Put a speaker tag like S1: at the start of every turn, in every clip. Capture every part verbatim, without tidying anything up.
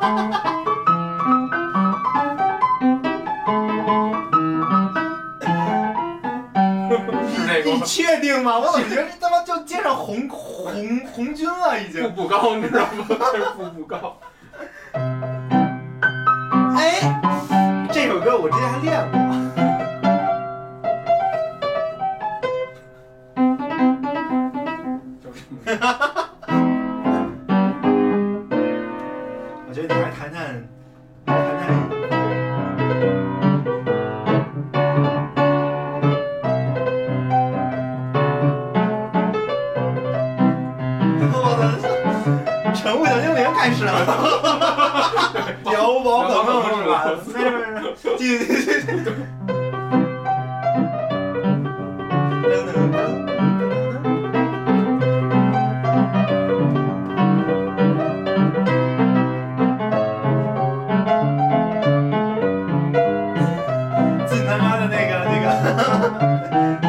S1: 你确定吗？我怎么觉得他妈就接上红红红军了，已经。
S2: 步步高，你知道吗？这是步步高。
S1: 哎，这首歌我之前还练过。我觉得你还谈谈，谈谈。宠物小精灵开始了，碉堡可梦是吧？没事没事，继续继续继续。噔噔噔。进他妈的那个那个。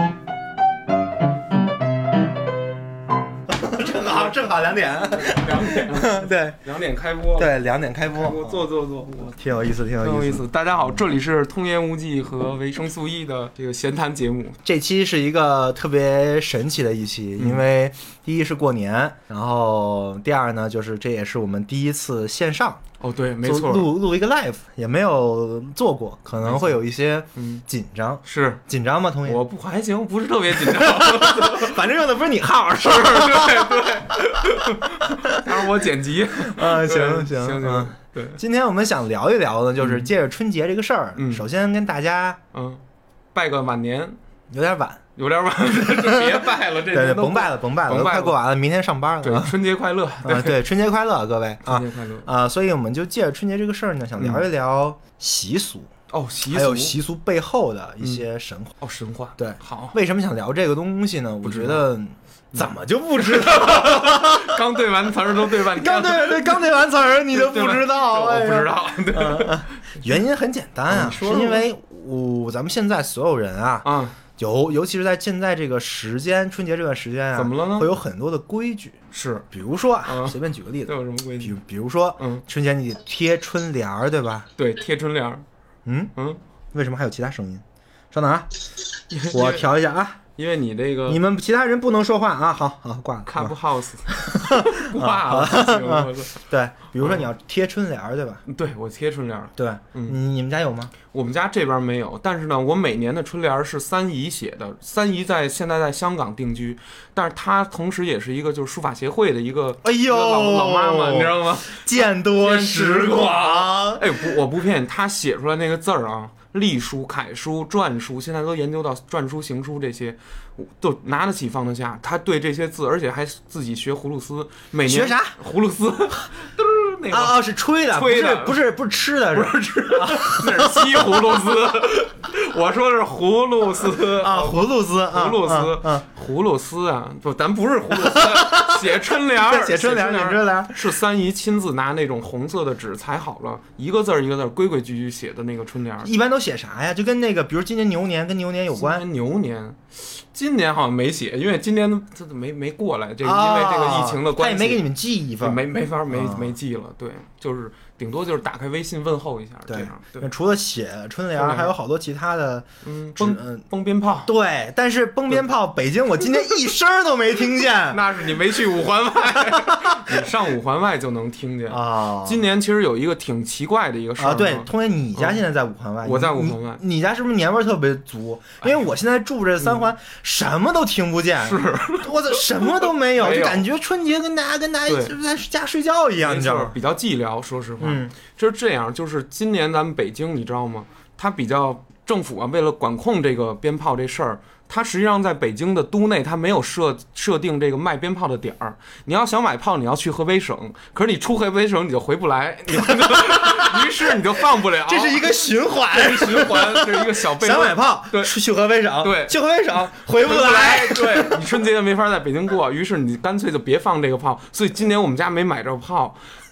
S1: 正好正好两点，
S2: 两点，
S1: 对，
S2: 两点开播，
S1: 对，两点开播，
S2: 坐坐坐，
S1: 挺有意思，挺有意思，
S2: 挺有意思。大家好，这里是通言无忌和维生素 E 的这个闲谈节目。
S1: 这期是一个特别神奇的一期，因为第一是过年，然后第二呢，就是这也是我们第一次线上。
S2: 哦，对，没错，
S1: 录录一个 live 也没有做过，可能会有一些紧张。
S2: 是
S1: 紧张吗，同学？
S2: 我不还行，不是特别紧张，
S1: 反正用的不是你号，
S2: 是，对对。当然我剪辑。
S1: 啊，行
S2: 行行行，对。
S1: 今天我们想聊一聊呢，就是借着春节这个事儿，首先跟大家
S2: 嗯拜个晚年，
S1: 有点晚。
S2: 有点晚，别拜了，这
S1: 对对，甭拜了，甭拜了，都快过完了，明天上班了。
S2: 对，春节快乐
S1: 啊！对，春节快乐，各位啊！
S2: 春节快乐
S1: 啊！所以我们就借着春节这个事儿呢，想聊一聊习俗
S2: 哦，习俗
S1: 还有习俗背后的一些神话
S2: 哦，神话。
S1: 对，
S2: 好，
S1: 为什么想聊这个东西呢？我觉得怎么就不知道？
S2: 刚对完词儿都对半天，
S1: 刚对对刚对完词儿你都不知道？
S2: 我不知道。
S1: 原因很简单啊，是因为我咱们现在所有人啊啊。尤尤其是在现在这个时间，春节这段时间啊，
S2: 怎么了呢？
S1: 会有很多的规矩，
S2: 是，
S1: 比如说啊，嗯、随便举个例子，
S2: 这有什么规矩？
S1: 比比如说，嗯，春节你得贴春联儿，对吧？
S2: 对，贴春联儿。
S1: 嗯嗯，为什么还有其他声音？稍等啊，我调一下啊。
S2: 因为你这个，
S1: 你们其他人不能说话啊！好好挂了。
S2: Cup House， 挂了。
S1: 对，比如说你要贴春联儿，对吧？
S2: 对，我贴春联儿。
S1: 对，嗯，你们家有吗？
S2: 我们家这边没有，但是呢，我每年的春联是三姨写的。三姨在现在在香港定居，但是她同时也是一个就是书法协会的一个，
S1: 哎呦，
S2: 老老妈妈，你知道吗？
S1: 见多识广。
S2: 哎，不，我不骗你，她写出来那个字儿啊。隶书、楷书、篆书，现在都研究到篆书、行书这些，都拿得起放得下。他对这些字，而且还自己学葫芦丝，每年
S1: 学啥？
S2: 葫芦丝，那个
S1: 啊啊，是吹的，
S2: 吹的，
S1: 不是不是不是吃的，
S2: 不是吃的，那是西葫芦丝。我说是葫芦丝
S1: 啊，葫芦丝，
S2: 葫芦丝，
S1: 嗯，
S2: 葫芦丝啊，不，咱不是葫芦丝，写春联儿，
S1: 写春联儿，写春联儿，
S2: 是三姨亲自拿那种红色的纸裁好了，一个字一个字规规矩矩写的那个春联儿。
S1: 一般都写啥呀？就跟那个，比如今年牛年，跟牛年有关。
S2: 今年牛年，今年好像没写，因为今年这没没过来，这个、因为这个疫情的关系，
S1: 他也没给你们寄一份，
S2: 没没法没、啊、没寄了。对，就是顶多就是打开微信问候一下。
S1: 对，
S2: 对
S1: 除了写春联，还有好多其他的，
S2: 嗯，崩崩鞭炮。
S1: 对，但是崩鞭炮，北京我今天一声都没听见。
S2: 那是你没去五环外，你上五环外就能听见
S1: 啊。
S2: 今年其实有一个挺奇怪的一个事儿
S1: 啊，对，通爷，你家现在在五环外，
S2: 我在五环外，
S1: 你家是不是年味特别足？因为我现在住着三环，什么都听不见，
S2: 是，
S1: 我操，什么都没有，就感觉春节跟大家跟大家在家睡觉一样，你知道吗？
S2: 比较寂寥，说实话，
S1: 嗯，
S2: 就是这样。就是今年咱们北京，你知道吗？它比较政府啊，为了管控这个鞭炮这事儿。它实际上在北京的都内，它没有设设定这个卖鞭炮的点儿。你要想买炮，你要去河北省，可是你出河北省你就回不来，于是你就放不了。
S1: 这是一个循环，
S2: 这是循环，这是一个小悖论。
S1: 想买炮，
S2: 对，
S1: 去河北省，
S2: 对，
S1: 去河北省回不
S2: 来，对，你春节没法在北京过，于是你干脆就别放这个炮。所以今年我们家没买着炮。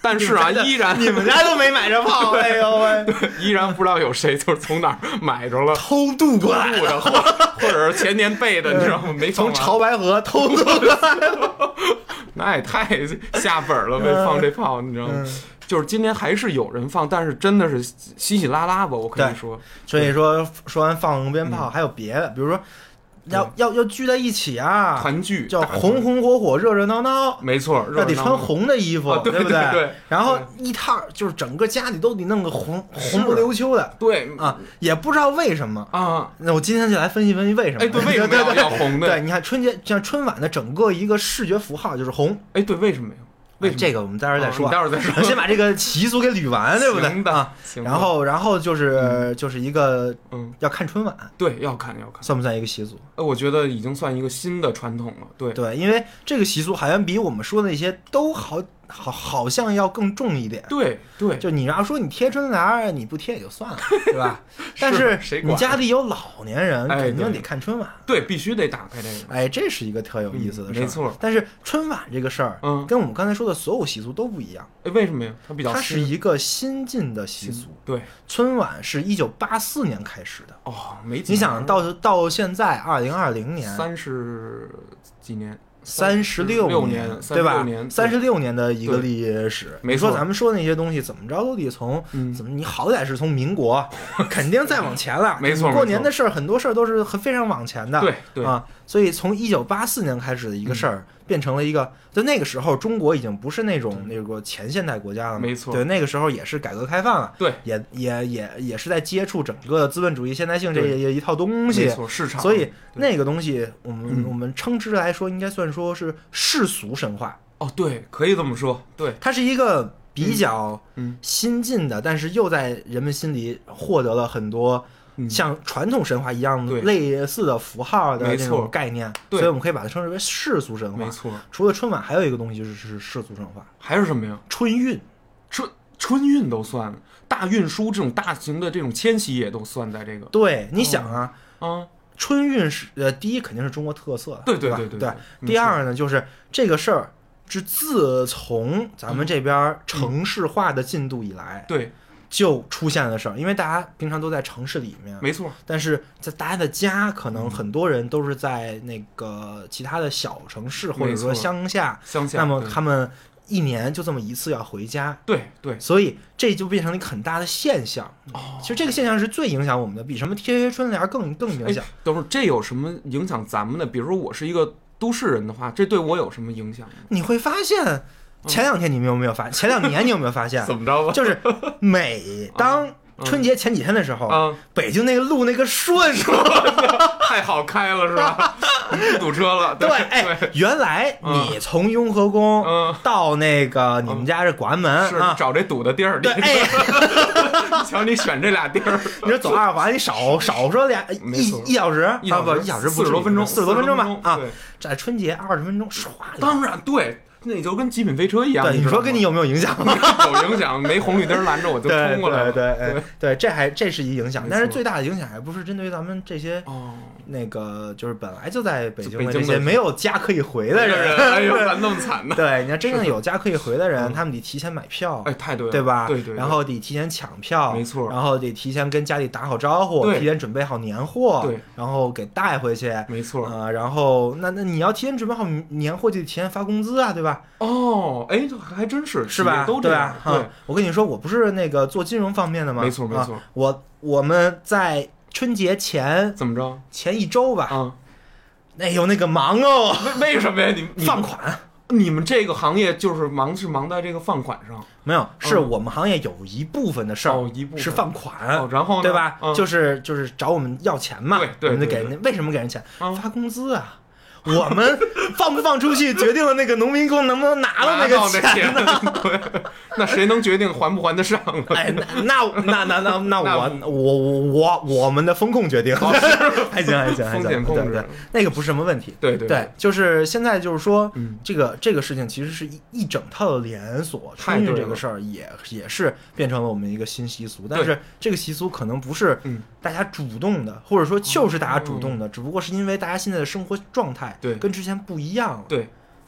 S2: 但是啊，依然
S1: 你们家都没买着炮，哎呦喂！
S2: 对，依然不知道有谁就是从哪儿买着了，
S1: 偷渡过来
S2: 的，或或者是前年备的，你知道吗？没
S1: 从潮白河偷渡过来的，
S2: 那也太下本了，被放这炮，你知道吗？嗯，就是今年还是有人放，但是真的是稀稀拉拉吧，我可以说。
S1: 所以说说完放鞭炮，还有别的，比如说。要要要聚在一起啊！
S2: 团聚
S1: 叫红红火火、热热闹闹。
S2: 没错，
S1: 那得穿红的衣服，
S2: 啊、对
S1: 不对？
S2: 对。
S1: 然后一套就是整个家里都得弄个红红不溜秋的。
S2: 对
S1: 啊，也不知道为什么
S2: 啊。
S1: 那我今天就来分析分析为什么。
S2: 哎，对，为什么要要红的？
S1: 对，你看春节像春晚的整个一个视觉符号就是红。
S2: 哎，对，为什么呀？
S1: 为这个我们待会儿再说，
S2: 待会儿再说。
S1: 先把这个习俗给捋完，对不对？啊，然后然后就是就是一个
S2: 嗯，
S1: 要看春晚，
S2: 对，要看要看，
S1: 算不算一个习俗？
S2: 呃，我觉得已经算一个新的传统了。对
S1: 对，因为这个习俗好像比我们说的那些都好。好，好像要更重一点。
S2: 对对，
S1: 就你要说你贴春联，你不贴也就算了，对吧？但是你家里有老年人，肯定得看春晚。
S2: 对，必须得打开这个。
S1: 哎，这是一个特有意思的事儿。
S2: 没错。
S1: 但是春晚这个事儿，嗯，跟我们刚才说的所有习俗都不一样。
S2: 哎，为什么呀？它比较，
S1: 它是一个新进的习俗。
S2: 对，
S1: 春晚是一九八四年开始的。
S2: 哦，没。
S1: 你想到到现在二零二零年，
S2: 三十几年。
S1: 三十六
S2: 年，
S1: 对吧？
S2: 三
S1: 十六年的一个历史。
S2: 没
S1: 错，咱们说那些东西怎么着都得从、嗯、怎么，你好歹是从民国，肯定再往前了。
S2: 没错，
S1: 过年的事儿，很多事儿都是很非常往前的。
S2: 对对
S1: 啊，所以从一九八四年开始的一个事儿，嗯、变成了一个，在那个时候，中国已经不是那种那个前现代国家了。
S2: 没错，
S1: 对，那个时候也是改革开放了。
S2: 对，
S1: 也也也也是在接触整个资本主义现代性这一套东西。
S2: 没错，市场。
S1: 所以那个东西，我们、嗯、我们称之来说，应该算说是世俗神话。
S2: 哦，对，可以这么说。对，
S1: 它是一个比较新进的，嗯嗯、但是又在人们心里获得了很多像传统神话一样类似的符号的这种概念，所以我们可以把它称之为世俗神话。
S2: 没错。
S1: 除了春晚，还有一个东西就是是世俗神话，
S2: 还是什么呀？
S1: 春运。
S2: 春春运都算，大运输这种大型的这种迁徙也都算在这个。
S1: 对，你想啊，
S2: 啊、哦。
S1: 春运是呃，第一肯定是中国特色的，
S2: 对对
S1: 对
S2: 对对。
S1: 第二呢，就是这个事儿是自从咱们这边城市化的进度以来，
S2: 嗯、对，
S1: 就出现的事儿。因为大家平常都在城市里面，
S2: 没错，
S1: 但是在大家的家，可能很多人都是在那个其他的小城市或者说乡下，
S2: 乡下，
S1: 那么他们一年就这么一次要回家，
S2: 对对，
S1: 所以这就变成了一个很大的现象。
S2: 哦，
S1: 其实这个现象是最影响我们的，比什么贴春联更更影响。
S2: 等会儿这有什么影响咱们的？比如说我是一个都市人的话，这对我有什么影响？
S1: 你会发现，前两天你们有没有发现？前两年你有没有发现？
S2: 怎么着吧？
S1: 就是每当春节前几天的时候，
S2: 嗯、
S1: 北京那个路那个顺
S2: 太好开了是吧？不堵车了。
S1: 对，哎，原来你从雍和宫到那个你们家这广安门，
S2: 是找这堵的地儿。
S1: 对，哎，
S2: 瞧你选这俩地儿，
S1: 你说走二环，你少少说俩一一小时，
S2: 一小时
S1: 一小时
S2: 四十多分钟，
S1: 四十多分钟吧啊！
S2: 在
S1: 春节二十分钟，唰！
S2: 当然对。那就跟极品飞车一样，
S1: 对，你说跟你有没有影响？
S2: 有影响，没红绿灯拦着我就冲过来了。
S1: 对对对对，这还这是一影响，但是最大的影响还不是针对于咱们这些
S2: 哦，
S1: 那个就是本来就在北京的这些没有家可以回的人。
S2: 哎呦，咋那么惨呢？
S1: 对，你看真正有家可以回的人，他们得提前买票，
S2: 哎，太对了，
S1: 对吧？
S2: 对对。
S1: 然后得提前抢票，
S2: 没错。
S1: 然后得提前跟家里打好招呼，提前准备好年货，
S2: 对，
S1: 然后给带回去，
S2: 没错
S1: 啊。然后那那你要提前准备好年货，就得提前发工资啊，对吧？
S2: 哦。哎，还真是
S1: 是吧？
S2: 都这样。
S1: 对吧？我跟你说，我不是那个做金融方面的吗？
S2: 没错没错。
S1: 啊、我我们在春节前
S2: 怎么着？
S1: 前一周吧。
S2: 啊，
S1: 哎呦，那个忙哦！
S2: 为什么呀？你
S1: 放款？
S2: 你们这个行业就是忙是忙在这个放款上？
S1: 没有，是我们行业有一部分的事儿，
S2: 哦，一部分
S1: 是放款，
S2: 哦，然后呢？
S1: 对吧？
S2: 嗯、
S1: 就是就是找我们要钱嘛，
S2: 对对，
S1: 我们得给人。为什么给人钱？
S2: 嗯、
S1: 发工资啊。我们放不放出去，决定了那个农民工能不能拿到那个钱呢？
S2: 对，那谁能决定还不还得上？
S1: 哎，那那那那那我我我我们的风控决定，还行还行还行，
S2: 风险控制，
S1: 对对，那个不是什么问题。
S2: 对对
S1: 对，就是现在就是说，
S2: 嗯，
S1: 这个这个事情其实是一一整套的连锁，春运这个事儿也也是变成了我们一个新习俗，但是这个习俗可能不是大家主动的，或者说就是大家主动的，只不过是因为大家现在的生活状态。
S2: 对，
S1: 跟之前不一样了。
S2: 对，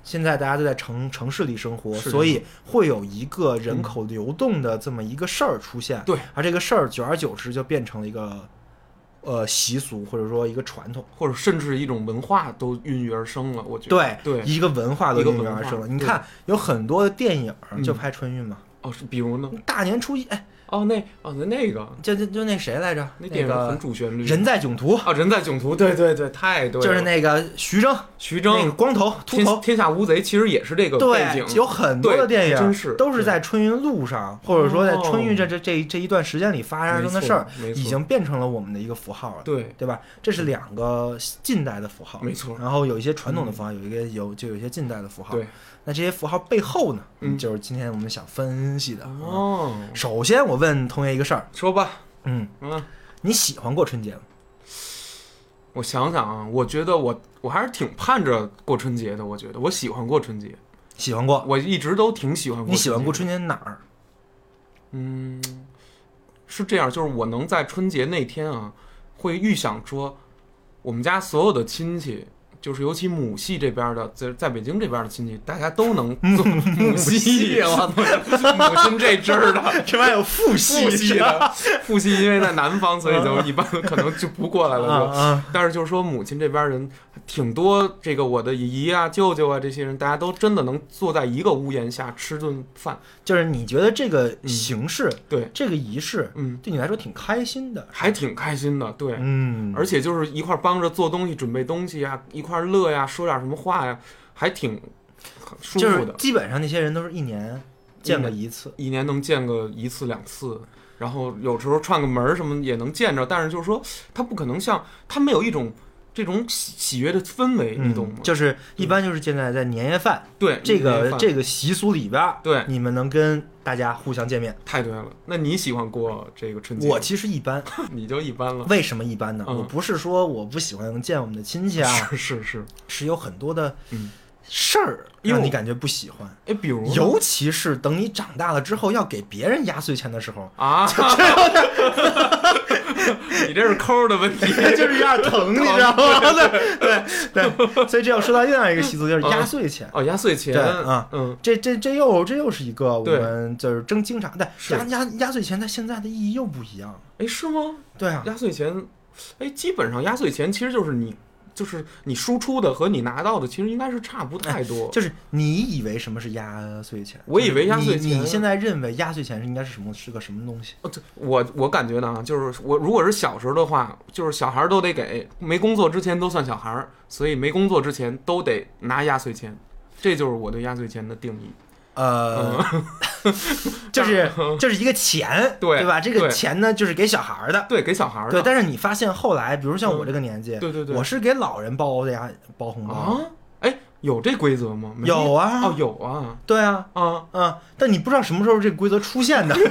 S1: 现在大家都在城城市里生活，所以会有一个人口流动的这么一个事儿出现。
S2: 对、嗯，
S1: 而这个事儿久而久之就变成了一个呃习俗，或者说一个传统，
S2: 或者甚至一种文化都孕育而生了。我觉得
S1: 对
S2: 对，
S1: 一个文化都孕育而生了。你看有很多的电影就拍春运嘛。
S2: 嗯、哦，是比如呢？
S1: 大年初一，哎。
S2: 哦，那哦那那个
S1: 就就就那谁来着？
S2: 那电影很主旋律，
S1: 《人在囧途》
S2: 啊，《人在囧途》，对对对，太对了，
S1: 就是那个徐峥，
S2: 徐峥
S1: 那个光头秃头，
S2: 天下无贼其实也是这个背景，
S1: 对，有很多的电影
S2: 真是
S1: 都是在春运路上，或者说在春运这这这这一段时间里发生的事儿，已经变成了我们的一个符号了，
S2: 对
S1: 对吧？这是两个近代的符号，
S2: 没错。
S1: 然后有一些传统的符号，有一个有就有一些近代的符号，
S2: 对。
S1: 那这些符号背后呢，
S2: 嗯，
S1: 就是今天我们想分析的。
S2: 哦，
S1: 首先我问童爷一个事儿，
S2: 说吧。
S1: 嗯
S2: 嗯，
S1: 你喜欢过春节吗？
S2: 我想想啊，我觉得我我还是挺盼着过春节的。我觉得我喜欢过春节，
S1: 喜欢过，
S2: 我一直都挺喜欢过春节。
S1: 你喜欢过春节哪儿？
S2: 嗯，是这样，就是我能在春节那天啊，会预想说，我们家所有的亲戚。就是尤其母系这边的，在在北京这边的亲戚，大家都能做母系，母亲这支儿的，
S1: 这边有父系
S2: 的，父系因为在南方，所以就一般可能就不过来了。就，
S1: 啊、
S2: 但是就是说母亲这边人挺多，这个我的姨啊、舅舅啊这些人，大家都真的能坐在一个屋檐下吃顿饭。
S1: 就是你觉得这个形式，
S2: 嗯、对
S1: 这个仪式，
S2: 嗯，
S1: 对你来说挺开心的，
S2: 还挺开心的，对，
S1: 嗯，
S2: 而且就是一块帮着做东西、准备东西啊，一块乐呀，说点什么话呀，还挺舒服的。
S1: 就是基本上那些人都是一年见个一次，
S2: 一年能见个一次两次，然后有时候串个门什么也能见着，但是就是说他不可能像他没有一种。这种喜喜悦的氛围，
S1: 嗯、
S2: 你懂吗？
S1: 就是一般就是现在在年夜饭，
S2: 对
S1: 这个这个习俗里边，
S2: 对
S1: 你们能跟大家互相见面，
S2: 太对了。那你喜欢过这个春节？
S1: 我其实一般，
S2: 你就一般了。
S1: 为什么一般呢？
S2: 嗯、
S1: 我不是说我不喜欢见我们的亲戚啊，
S2: 是是是，
S1: 是有很多的
S2: 嗯
S1: 事儿让你感觉不喜欢。
S2: 哎，比如，
S1: 尤其是等你长大了之后要给别人压岁钱的时候
S2: 啊。你这是抠的问题，
S1: 就是有点疼，你知道吗？对对对，所以这要说到另外一个习俗，就是压岁钱。
S2: 哦，压岁钱，
S1: 对啊，
S2: 嗯，
S1: 这这这又这又是一个我们就是正经常，但压压压岁钱，它现在的意义又不一样。
S2: 哎，是吗？
S1: 对啊，
S2: 压岁钱，哎，基本上压岁钱其实就是你。就是你输出的和你拿到的其实应该是差不太多、
S1: 哎、就是你以为什么是压岁钱？
S2: 我以为压岁钱
S1: 你, 你现在认为压岁钱是应该是什么？是个什么东西？
S2: 哦、我我感觉呢，就是我如果是小时候的话，就是小孩都得给，没工作之前都算小孩，所以没工作之前都得拿压岁钱，这就是我对压岁钱的定义。
S1: 呃，嗯、就是就是一个钱，
S2: 对
S1: 对吧？这个钱呢，就是给小孩的，
S2: 对，给小孩的。
S1: 对，但是你发现后来，比如像我这个年纪，
S2: 嗯、对对对，
S1: 我是给老人包的呀，包红包
S2: 啊。哎，有这规则吗？
S1: 有啊，
S2: 哦，有啊，
S1: 对啊，
S2: 啊
S1: 啊，但你不知道什么时候这个规则出现的。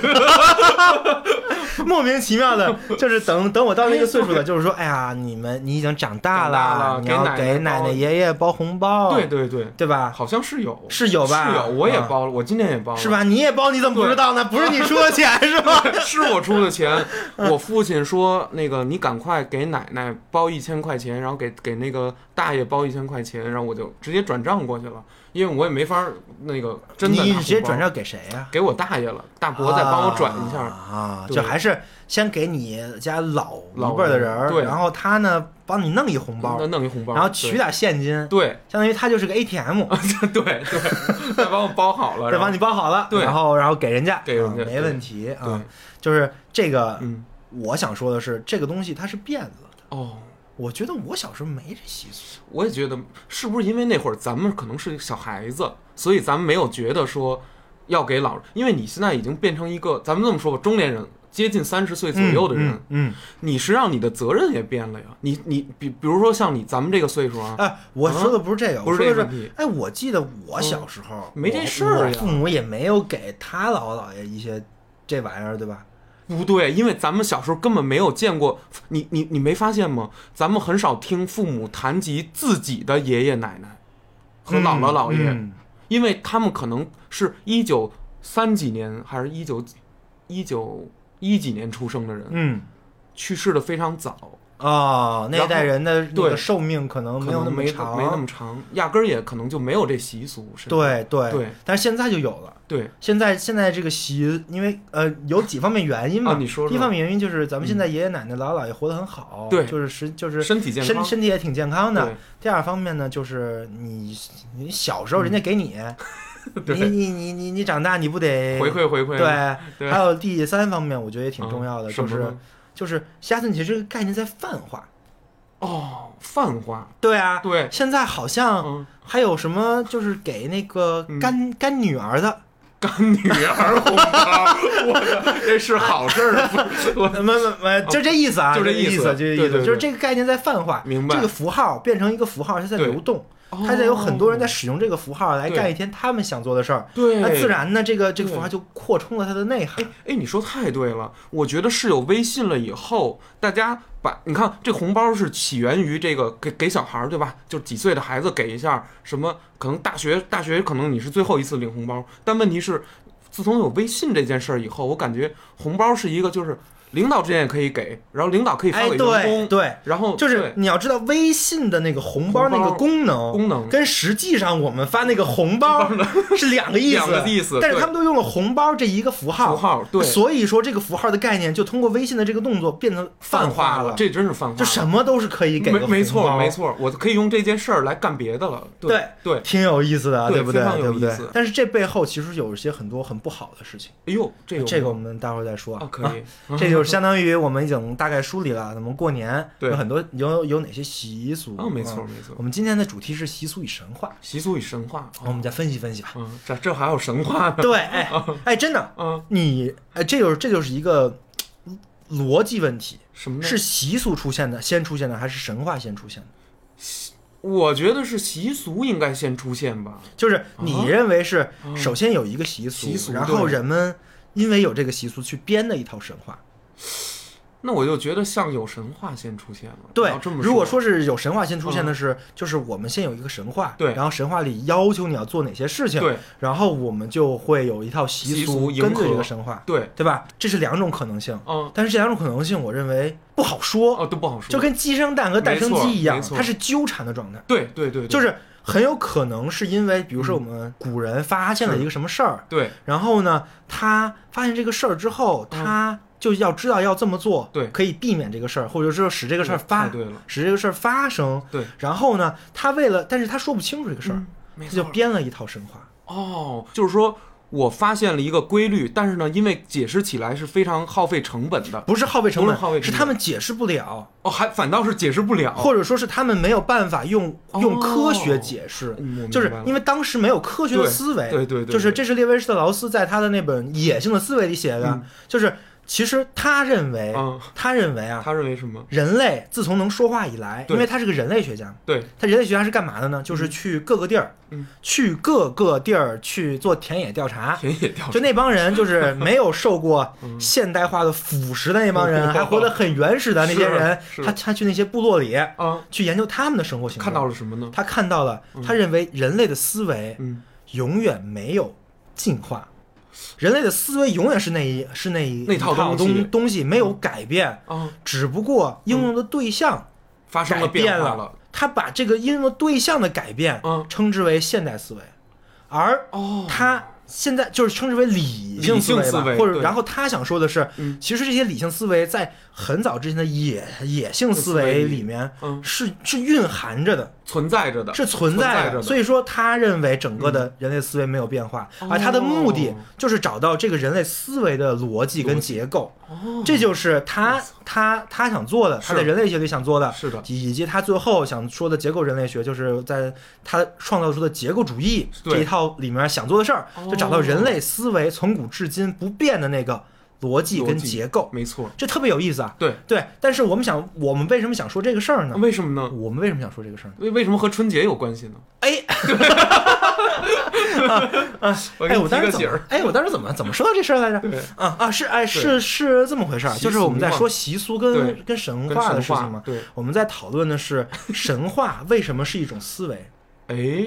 S1: 莫名其妙的，就是等等我到那个岁数了，就是说，哎呀，你们你已经长大了，你要给奶奶爷爷包红包，
S2: 对对对，
S1: 对吧？
S2: 好像是有，
S1: 是有吧？
S2: 是有，我也包了，我今年也包了，
S1: 是吧？你也包，你怎么不知道呢？不是你出的钱是吗？
S2: 是我出的钱。我父亲说，那个你赶快给奶奶包一千块钱，然后给给那个大爷包一千块钱，然后我就直接转账过去了。因为我也没法那个真的，
S1: 你直接转账给谁呀、啊？
S2: 给我大爷了，大伯再帮我转一下
S1: 啊，就还是先给你家老一辈的人，
S2: 对，
S1: 然后他呢帮你弄一红包，
S2: 弄一红包，
S1: 然后取点现金，
S2: 对，
S1: 相当于他就是个 A T M，
S2: 对对，再帮我包好了，
S1: 再帮你包好了，
S2: 对，
S1: 然后然后给人家，
S2: 给人家、
S1: 啊、没问题
S2: 啊，
S1: 就是这个，
S2: 嗯，
S1: 我想说的是，这个东西它是变了的
S2: 哦。
S1: 我觉得我小时候没这习俗，
S2: 我也觉得是不是因为那会儿咱们可能是小孩子，所以咱们没有觉得说要给老人，因为你现在已经变成一个咱们这么说吧，中年人，接近三十岁左右的人，
S1: 嗯，嗯嗯
S2: 你实际上你的责任也变了呀。你你比比如说像你咱们这个岁数啊，
S1: 哎，我说的不是这个，
S2: 啊、不是
S1: 这
S2: 个问题。
S1: 哎，我记得我小时候、
S2: 嗯、没这事儿呀，
S1: 父母也没有给他姥姥姥爷一些这玩意儿，对吧？
S2: 不对，因为咱们小时候根本没有见过，你你你没发现吗？咱们很少听父母谈及自己的爷爷奶奶和姥姥姥爷，
S1: 嗯嗯、
S2: 因为他们可能是一九三几年还是一九一九一几年出生的人，
S1: 嗯，
S2: 去世的非常早，
S1: 哦，那代人的那个寿命可能没有那么
S2: 长，没那么长，压根儿也可能就没有这习俗。
S1: 对对
S2: 对，
S1: 但是现在就有了。
S2: 对，
S1: 现在现在这个习，因为呃有几方面原因嘛。
S2: 啊、你说说。
S1: 第一方面原因就是咱们现在爷爷奶奶、姥姥姥爷活得很好，
S2: 对，
S1: 就是身就是
S2: 身体健康，
S1: 身身体也挺健康的。第二方面呢，就是你你小时候人家给你。嗯你你你你你长大你不得
S2: 回馈回馈？
S1: 对，
S2: 对
S1: 还有第三方面，我觉得也挺重要的，
S2: 嗯、
S1: 就是就是下次你这个概念在泛化。
S2: 哦，泛化。
S1: 对啊，
S2: 对，
S1: 现在好像还有什么，就是给那个干、嗯、干女儿的。
S2: 干女儿红包，我这是好事儿。
S1: 我没没没，就这意思啊，
S2: 就这
S1: 意思，就这意思，就是这个概念在泛化。
S2: 明白。
S1: 这个符号变成一个符号，它在流动。它在有很多人在使用这个符号来干一天他们想做的事儿，
S2: 对，
S1: 那自然呢，这个这个符号就扩充了它的内涵。
S2: 哎哎，你说太对了，我觉得是有微信了以后，大家把你看这红包是起源于这个给给小孩对吧？就几岁的孩子给一下，什么可能大学大学可能你是最后一次领红包，但问题是，自从有微信这件事儿以后，我感觉红包是一个就是。领导之间也可以给，然后领导可以发给员工，
S1: 哎、对, 对，
S2: 然后
S1: 就是你要知道微信的那个红包那个功能，
S2: 功能
S1: 跟实际上我们发那个红包是两个意思，
S2: 两个意思，
S1: 但是他们都用了红包这一个符号，
S2: 符号对，
S1: 所以说这个符号的概念就通过微信的这个动作变成泛化
S2: 了，这真是泛化，
S1: 就什么都是可以给的红包，
S2: 没错没错，我可以用这件事儿来干别的了，对
S1: 对, 对，挺有意思的，
S2: 对
S1: 不对？
S2: 非常有意思。
S1: 对不对？但是这背后其实有一些很多很不好的事情。
S2: 哎呦，这个
S1: 这个我们待会儿再说
S2: 啊，可以，
S1: 啊、这就是相当于我们。已经大概梳理了，咱们过年
S2: 有
S1: 很多有有哪些习俗？
S2: 哦，没错没错。
S1: 我们今天的主题是习俗与神话，
S2: 习俗与神话，
S1: 哦、我们再分析分析吧。
S2: 嗯，这这还有神话呢？
S1: 对，哎哎，真的，
S2: 嗯，
S1: 你哎，这就是这就是一个逻辑问题。
S2: 什么呢？
S1: 是习俗出现的先出现的，还是神话先出现的？
S2: 我觉得是习俗应该先出现吧。
S1: 就是你认为是首先有一个习俗，
S2: 习俗
S1: 然后人们因为有这个习俗去编的一套神话。
S2: 那我就觉得像有神话先出现了。
S1: 对，
S2: 这么
S1: 如果说是有神话先出现的是，嗯、就是我们先有一个神话，
S2: 对，
S1: 然后神话里要求你要做哪些事情，
S2: 对，
S1: 然后我们就会有一套习俗跟着这个神话，
S2: 对，
S1: 对吧？这是两种可能性，
S2: 嗯，
S1: 但是这两种可能性，我认为不好说，
S2: 哦，都不好说，
S1: 就跟鸡生蛋和蛋生鸡一样，它是纠缠的状态，
S2: 对对 对, 对，
S1: 就是很有可能是因为，比如说我们古人发现了一个什么事儿，
S2: 嗯、对，
S1: 然后呢，他发现这个事儿之后，他、嗯。就要知道要这么做，
S2: 对，
S1: 可以避免这个事儿，或者说使这个事儿发，
S2: 对了，
S1: 使这个事儿发生，
S2: 对。
S1: 然后呢，他为了，但是他说不清楚这个事儿，
S2: 嗯、
S1: 他就编了一套神话。
S2: 哦，就是说我发现了一个规律，但是呢，因为解释起来是非常耗费成本的，
S1: 不是耗费成本，
S2: 耗费成本
S1: 是他们解释不了。
S2: 哦，还反倒是解释不了，
S1: 或者说是他们没有办法用、哦、用科学解释，就是因为当时没有科学的思维。
S2: 对对 对, 对，
S1: 就是这是列维施特劳斯在他的那本《野性的思维》里写的，嗯、就是。其实他认为，
S2: 嗯、
S1: 他认为啊，
S2: 他认为什么？
S1: 人类自从能说话以来，因为他是个人类学家，
S2: 对，
S1: 他人类学家是干嘛的呢？就是去各个地儿，
S2: 嗯，
S1: 去各个地儿去做田野调查，
S2: 田野调查，
S1: 就那帮人就是没有受过现代化的腐蚀的那帮人，嗯、还活得很原始的那些人，他他去那些部落里，
S2: 嗯、
S1: 去研究他们的生活行为，
S2: 看到了什么呢？
S1: 他看到了，他认为人类的思维，
S2: 嗯，
S1: 永远没有进化。人类的思维永远是那一是那一
S2: 那套东西
S1: 东西没有改变，
S2: 嗯、
S1: 只不过应用的对象
S2: 发生了
S1: 变
S2: 了，了
S1: 他把这个应用的对象的改变，
S2: 嗯、
S1: 称之为现代思维，而他现在就是称之为理性思维吧，
S2: 维
S1: 或者然后他想说的是，
S2: 嗯、
S1: 其实这些理性思维在很早之前的野野性思维里面，
S2: 嗯、
S1: 是是蕴含着的。
S2: 存在着的，
S1: 是存在
S2: 着的，
S1: 所以说他认为整个的人类思维没有变化，
S2: 嗯、
S1: 而他的目的就是找到这个人类思维的逻辑跟结构，
S2: 哦、
S1: 这就是他他他想做的，他在人类学里想做的，
S2: 是的，
S1: 以及他最后想说的结构人类学，就是在他创造出的结构主义这一套里面想做的事儿，就找到人类思维从古至今不变的那个逻辑跟结构，
S2: 没错，
S1: 这特别有意思啊。
S2: 对
S1: 对，但是我们想，我们为什么想说这个事儿呢？
S2: 为什么呢？
S1: 我们为什么想说这个事儿呢？
S2: 为为什么和春节有关系呢？
S1: 哎，啊啊！哎，我当时怎么？哎，我当时怎么怎么说到这事儿来着？
S2: 对
S1: 啊啊，是哎是是这么回事儿，就是我们在说习俗跟跟神话的事情嘛。
S2: 对，
S1: 我们在讨论的是神话为什么是一种思维。
S2: 哎，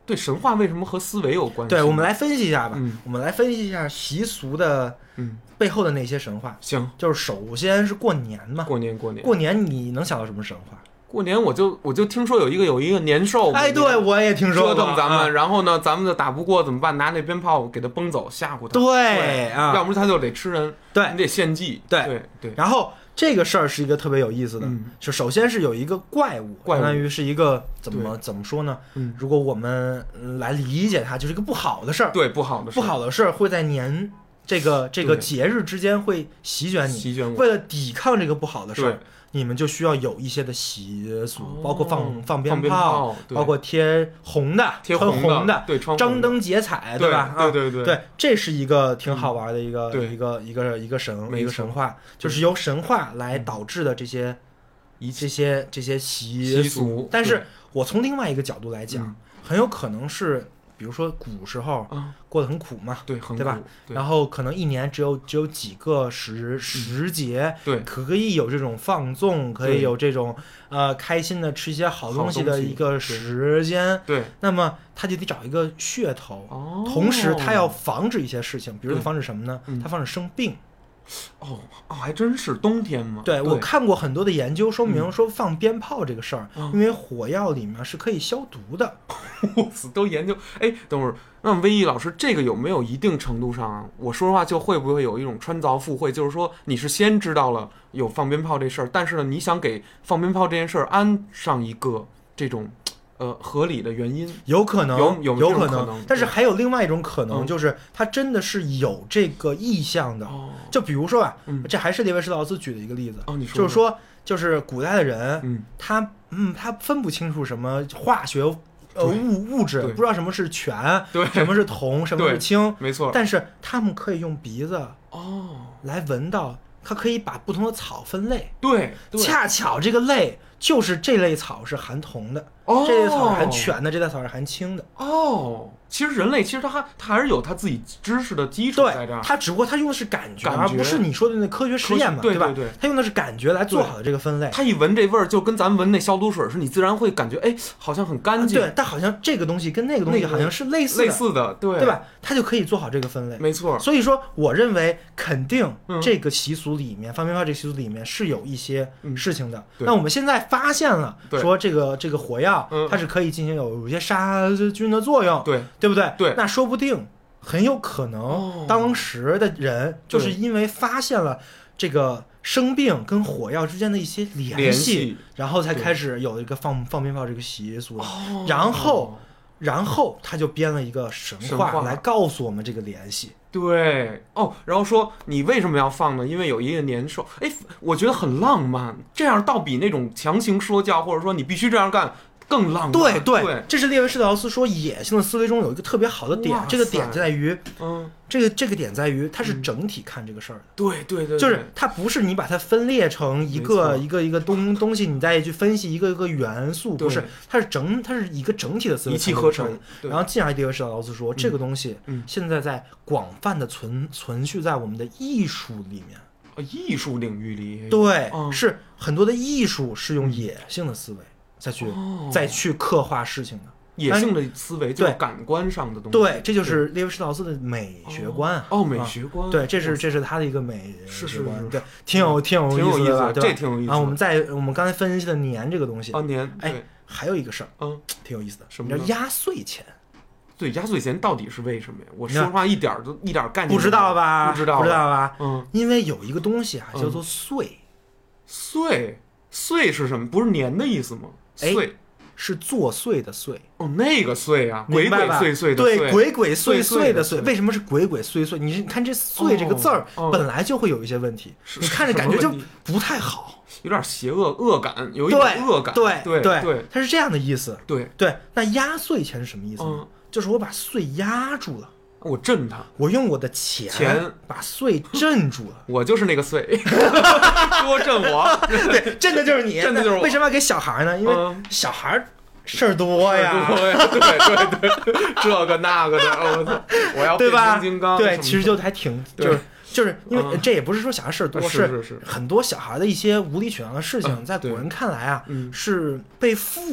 S2: 对，神话为什么和思维有关系？
S1: 对，我们来分析一下吧。
S2: 嗯、
S1: 我们来分析一下习俗的背后的那些神话。
S2: 行，
S1: 就是首先是过年嘛。
S2: 过年，过年，
S1: 过年，你能想到什么神话？
S2: 过年我就我就听说有一个有一个年兽，
S1: 哎，对，我也听说
S2: 折腾咱们、啊，然后呢，咱们就打不过怎么办？拿那鞭炮给他崩走，吓唬他。
S1: 对啊，
S2: 要不他就得吃人，
S1: 对，
S2: 你得献祭。
S1: 对
S2: 对对。
S1: 然后这个事儿是一个特别有意思的，
S2: 嗯、
S1: 是首先是有一个怪物，
S2: 怪物
S1: 相当于是一个怎么怎么说呢？
S2: 嗯，
S1: 如果我们来理解它，就是一个不好的事儿。
S2: 对，不好的事
S1: 不好的事儿会在年这个这个节日之间会席卷你，
S2: 席卷我。
S1: 为了抵抗这个不好的事儿。你们就需要有一些的习俗，
S2: 哦、
S1: 包括放放
S2: 鞭
S1: 炮，包括贴红的、
S2: 贴
S1: 穿
S2: 红
S1: 的，
S2: 对，
S1: 张灯结彩，
S2: 对
S1: 吧？
S2: 对对对
S1: 对，这是一个挺好玩的一个、
S2: 嗯、
S1: 一个一个一个神一个神话，就是由神话来导致的这些
S2: 一
S1: 这些这些习
S2: 习俗。
S1: 但是我从另外一个角度来讲，
S2: 嗯、
S1: 很有可能是。比如说古时候过得很苦嘛，
S2: 对，很苦，
S1: 对吧？
S2: 对，
S1: 然后可能一年只有只有几个时时节，
S2: 对，
S1: 可以有这种放纵，可以有这种呃开心的吃一些好东西的一个时间，
S2: 对。
S1: 那么他就得找一个噱头，
S2: 哦、
S1: 同时他要防止一些事情，比如他防止什么呢？
S2: 嗯、
S1: 他防止生病。
S2: 哦哦，还真是冬天嘛。
S1: 对，我看过很多的研究说明，说放鞭炮这个事儿，
S2: 嗯、
S1: 因为火药里面是可以消毒的。
S2: 我操，都研究。哎，等会儿，那威毅老师，这个有没有一定程度上，我说实话，就会不会有一种穿凿附会？就是说，你是先知道了有放鞭炮这事儿，但是呢，你想给放鞭炮这件事儿安上一个这种。呃，合理的原因
S1: 有可能，
S2: 有有
S1: 有
S2: 可
S1: 能，但是还有另外一种可能，
S2: 嗯、
S1: 就是它真的是有这个意向的。
S2: 哦、
S1: 就比如说啊，
S2: 嗯、
S1: 这还是列维施劳斯举的一个例子，
S2: 哦、你说
S1: 就是说，就是古代的人，
S2: 嗯、
S1: 他嗯，他分不清楚什么化学呃物物质，不知道什么是醛，什么是铜，什么是氢，
S2: 没错。
S1: 但是他们可以用鼻子
S2: 哦
S1: 来闻到，它可以把不同的草分类，
S2: 对，对
S1: 恰巧这个类就是这类草是含铜的。
S2: 哦，
S1: 这类草是含醛的，这类草是含氢的。
S2: 哦，其实人类其实他他还是有他自己知识的基础在这儿。
S1: 他只不过他用的是感觉，
S2: 感觉
S1: 而不是你说的那科学实验嘛，
S2: 对
S1: 吧？
S2: 对对，
S1: 他用的是感觉来做好的这个分类。
S2: 他一闻这味儿，就跟咱闻那消毒水似的，你自然会感觉，哎，好像很干净。
S1: 对，但好像这个东西跟那个东西好像是类似的，
S2: 类似的，对，
S1: 对吧？他就可以做好这个分类。
S2: 没错。
S1: 所以说，我认为肯定这个习俗里面，放鞭炮这个习俗里面是有一些事情的。那我们现在发现了，说这个这个火药它是可以进行有有一些杀菌的作用，
S2: 对，
S1: 对不对？
S2: 对，
S1: 那说不定很有可能当时的人就是因为发现了这个生病跟火药之间的一些联系，然后才开始有一个放放鞭炮这个习俗，
S2: 哦、
S1: 然后然后他就编了一个神话来告诉我们这个联系。
S2: 对哦，然后说你为什么要放呢？因为有一个年兽，哎，我觉得很浪漫，这样倒比那种强行说教或者说你必须这样干更浪漫。
S1: 对
S2: 对,
S1: 对，这是列维施劳斯说野性的思维中有一个特别好的点，这个点在于，
S2: 嗯，
S1: 这个这个点在于它是整体看这个事儿的。
S2: 对对 对, 对，
S1: 就是它不是你把它分裂成一个一个一个东东西，你再去分析一个一个元素，不是，它是整，它是一个整体的思维，
S2: 一气呵成。
S1: 然后进而列维施劳斯说，
S2: 嗯、
S1: 这个东西现在在广泛的存存续在我们的艺术里面。
S2: 啊，艺术领域里，
S1: 对，
S2: 嗯、
S1: 是很多的艺术是用野性的思维。再去、哦、再去刻画事情的
S2: 野性的思维，就是感官上的东西。
S1: 对，这就是列维施劳斯的美学观啊！
S2: 哦，美学观，
S1: 对，这是这是他的一个美学观，
S2: 是是是，
S1: 对，挺有挺有
S2: 意
S1: 思的，
S2: 这挺有意思。
S1: 啊，我们在我们刚才分析的年这个东西，
S2: 啊年，
S1: 哎，还有一个事儿，
S2: 嗯，
S1: 挺有意思的，
S2: 什么？
S1: 叫压岁钱。
S2: 对，压岁钱到底是为什么呀？我说实话一点都一点概念
S1: 不知道吧？
S2: 不知道，
S1: 不知道吧？
S2: 嗯，
S1: 因为有一个东西啊，叫做岁。
S2: 岁岁是什么？不是年的意思吗？岁。
S1: 是作祟的祟
S2: 哦，那个祟啊，鬼鬼祟祟的祟，
S1: 对，鬼鬼祟祟的
S2: 祟。
S1: 为什么是鬼鬼祟祟？你看这“祟”这个字儿、
S2: 哦、
S1: 本来就会有一些问题，
S2: 哦、
S1: 你看着感觉就不太好，
S2: 有点邪恶恶感，有一点恶感。
S1: 对
S2: 对
S1: 对
S2: 对，
S1: 它是这样的意思。
S2: 对
S1: 对，那压岁钱是什么意思呢？
S2: 嗯、
S1: 就是我把岁压住了。
S2: 我镇它，
S1: 我用我的钱
S2: 钱
S1: 把岁镇住了。
S2: 我就是那个岁，多镇我，
S1: 对，镇的就是你，
S2: 镇的就是我。
S1: 为什么要给小孩呢？因为小孩事儿多呀，
S2: 多呀，对对对，这个那个的，我操，我要变形金刚。
S1: 对，其实就还挺就是就是因为这也不是说小孩事儿多，
S2: 是是是
S1: 很多小孩的一些无理取闹的事情，在古人看来啊，是被赋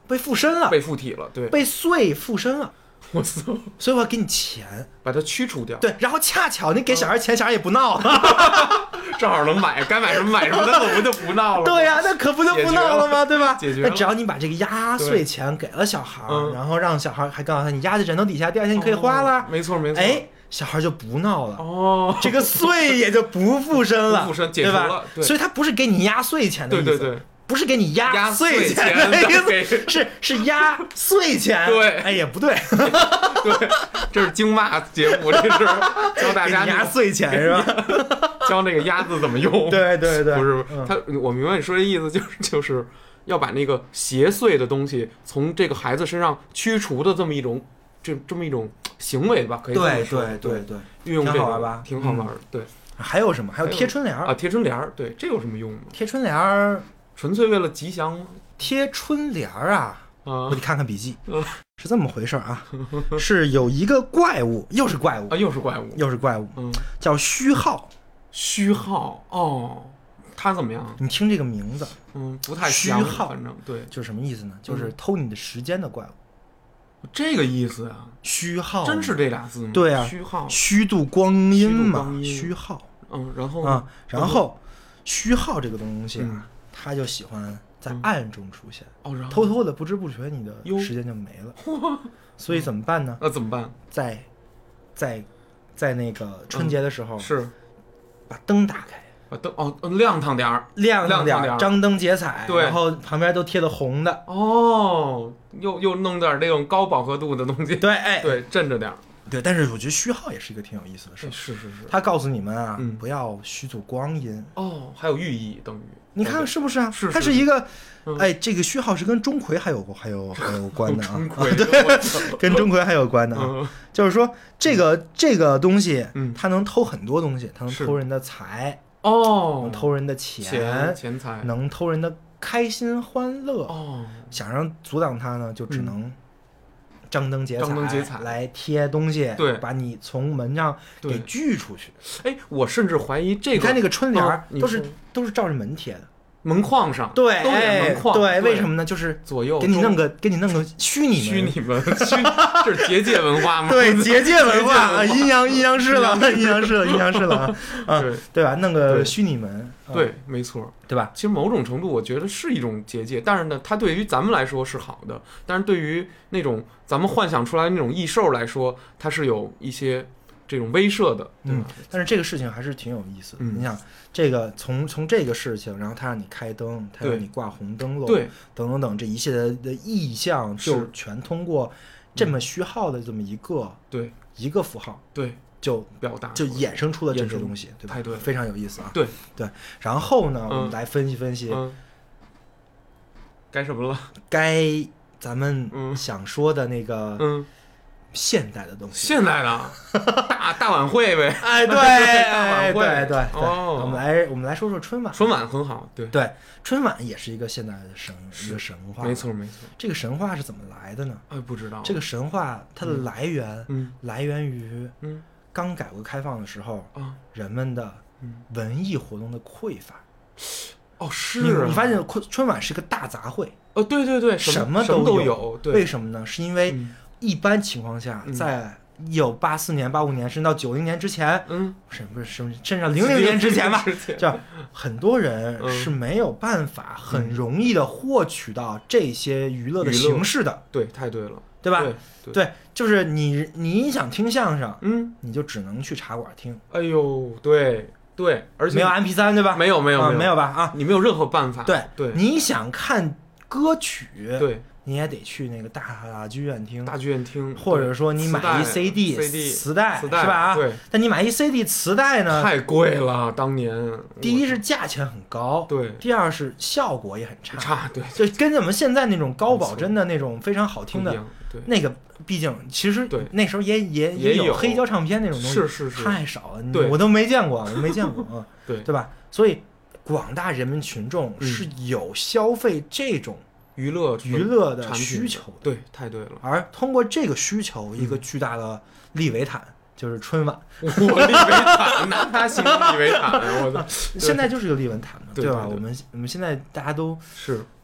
S1: 被附身了，
S2: 被附体了，对，
S1: 被祟附身了。
S2: 我操！
S1: 所以我要给你钱，
S2: 把它驱除掉。
S1: 对，然后恰巧你给小孩钱，小孩也不闹了，
S2: 正好能买，该买什么买什么，那可不就不闹了？
S1: 对呀、啊，那可不就不闹了吗？对吧？
S2: 解决了。
S1: 那只要你把这个压岁钱给了小孩，然后让小孩还告诉他，你压在枕头底下，第二天你可以花了。
S2: 哦、没错没错。
S1: 哎，小孩就不闹了。
S2: 哦，
S1: 这个岁也就不附身了，
S2: 不附身，解除了。
S1: 对吧？所以他不是给你压岁钱的意思。
S2: 对对对。
S1: 不是给你压岁钱的意思，是是压岁钱。
S2: 对，
S1: 哎也不对，
S2: 对，这是经骂节目，这是教大家
S1: 压岁钱是吧？
S2: 教那个鸭字怎么用？
S1: 对对对，
S2: 不是、
S1: 嗯、
S2: 他，我明白你说的意思，就是就是要把那个邪祟的东西从这个孩子身上驱除的这么一种这这么一种行为吧，可以这么说。
S1: 对对对对，
S2: 运用这个
S1: 挺好玩吧？
S2: 挺好玩、嗯。对，
S1: 还有什么？还有贴春联
S2: 啊，贴春联，对，这有什么用吗？
S1: 贴春联。
S2: 纯粹为了吉祥吗？
S1: 贴春联啊，
S2: 啊
S1: 我得看看笔记，啊、是这么回事啊，是有一个怪物，又是怪物
S2: 啊，又是怪物，
S1: 又是怪物，
S2: 嗯，
S1: 叫虚号。
S2: 虚号哦，他怎么样？
S1: 你听这个名字，
S2: 嗯，不太
S1: 虚号，
S2: 反正对，
S1: 就是什么意思呢？就是偷你的时间的怪物，
S2: 嗯、这个意思啊。
S1: 虚号，
S2: 真是这俩字吗？
S1: 对啊，
S2: 虚号，
S1: 虚度光阴嘛，虚号。
S2: 嗯，然后
S1: 啊，然后虚号这个东西啊。
S2: 嗯
S1: 他就喜欢在暗中出现，
S2: 嗯哦、
S1: 偷偷的不知不觉你的时间就没了，所以怎么办呢？
S2: 那、呃、怎么办？
S1: 在在在那个春节的时候、
S2: 嗯、是
S1: 把灯打开，
S2: 把灯哦亮堂点儿，
S1: 亮堂点儿，张灯结彩，
S2: 对，
S1: 然后旁边都贴的红的，
S2: 哦，又又弄点这种高饱和度的东西，
S1: 对，哎，
S2: 对，镇着点儿。
S1: 对，但是我觉得虚号也是一个挺有意思的事、
S2: 哎，是是是，
S1: 他告诉你们啊、
S2: 嗯，
S1: 不要虚度光阴
S2: 哦，还有寓意等于，
S1: 你看是不是啊？
S2: 是，
S1: 它是一个，
S2: 嗯、
S1: 哎，这个虚号是跟钟馗还有还有还有关的啊，
S2: 钟馗
S1: 对，跟钟馗还有关的啊，
S2: 嗯、
S1: 就是说这个这个东西，
S2: 嗯，
S1: 它能偷很多东西，它能偷人的财，
S2: 哦，
S1: 能偷人的钱，
S2: 钱钱财，
S1: 能偷人的开心欢乐，
S2: 哦，
S1: 想让阻挡它呢，就只能。
S2: 嗯
S1: 张灯结彩，
S2: 张灯结彩
S1: 来贴东西，
S2: 对，
S1: 把你从门上给拒出去。
S2: 哎，我甚至怀疑这个，
S1: 你看那个春联、
S2: 哦、
S1: 都是都是照着门贴的，
S2: 门框上，
S1: 对，
S2: 都是门框，
S1: 对，为什么呢？就是
S2: 左右
S1: 给你弄个给你弄个虚拟
S2: 虚拟门，虚这是结界文化吗？
S1: 对，结界文化，阴阳阴阳师了，阴阳师了，阴阳师了啊，
S2: 对
S1: 对吧？弄个虚拟门，
S2: 对，没错，
S1: 对吧？
S2: 其实某种程度，我觉得是一种结界，但是呢，它对于咱们来说是好的，但是对于那种咱们幻想出来的那种异兽来说，它是有一些这种威慑的，对吧？
S1: 嗯，但是这个事情还是挺有意思的。
S2: 嗯、
S1: 你想，这个从从这个事情，然后他让你开灯，他让你挂红灯笼，
S2: 对，
S1: 等等等这一系列的意象，就全通过这么虚号的这么一个
S2: 对
S1: 一个符号，
S2: 对，
S1: 就
S2: 表达
S1: 就衍生出了这些东西，对吧？
S2: 太对，
S1: 非常有意思啊。
S2: 对
S1: 对，然后呢，
S2: 嗯、
S1: 我们来分析分析，
S2: 嗯、该什么了？
S1: 该咱们想说的那个，
S2: 嗯。
S1: 现代的东西，
S2: 现代的大大晚会呗，
S1: 哎，对，
S2: 大晚会，
S1: 对对对，
S2: 哦，
S1: 我们来我们来说说春晚，
S2: 春晚很好，对
S1: 对，春晚也是一个现代的神一个神话，
S2: 没错没错。
S1: 这个神话是怎么来的呢？
S2: 哎，不知道。
S1: 这个神话它的来源，
S2: 嗯，
S1: 来源于
S2: 嗯
S1: 刚改革开放的时候
S2: 啊，
S1: 人们的文艺活动的匮乏。
S2: 哦，是
S1: 你你发现春晚是个大杂烩，
S2: 哦，对对对，
S1: 什
S2: 么
S1: 都
S2: 都有，对，
S1: 为什么呢？是因为。一般情况下，在一九八四年、八五年，甚至到九零年之前，
S2: 嗯，
S1: 什么什么，甚至到零零年之前吧，就很多人是没有办法很容易的获取到这些娱乐的形式的。
S2: 对，太对了，
S1: 对吧？
S2: 对，
S1: 对，就是你你想听相声，
S2: 嗯，
S1: 你就只能去茶馆听。
S2: 哎呦，对对，而且
S1: 没有 M P 三，对吧？
S2: 没有没有
S1: 没有吧？啊，
S2: 你没有任何办法。
S1: 对
S2: 对，
S1: 你想看歌曲，
S2: 对。
S1: 你也得去那个大剧院听，
S2: 大剧院听，
S1: 或者说你买一 C D、磁带，是吧？
S2: 对。
S1: 但你买一 C D 磁带呢？
S2: 太贵了，当年。
S1: 第一是价钱很高，
S2: 对。
S1: 第二是效果也很差，
S2: 差对。
S1: 就跟我们现在那种高保真的那种非常好听的，
S2: 对。
S1: 那个毕竟其实
S2: 对
S1: 那时候也也
S2: 也
S1: 有黑胶唱片那种东西，
S2: 是是是，
S1: 太少了，
S2: 对，
S1: 我都没见过，我没见过啊，
S2: 对
S1: 对吧？所以广大人民群众是有消费这种。
S2: 娱乐
S1: 娱乐的需求，
S2: 对，太对了。
S1: 而通过这个需求，一个巨大的利维坦、嗯、就是春晚。
S2: 我利维坦拿它形容利维坦，我的
S1: 现在就是个利维坦嘛，
S2: 对
S1: 吧？我们我们现在大家都
S2: 是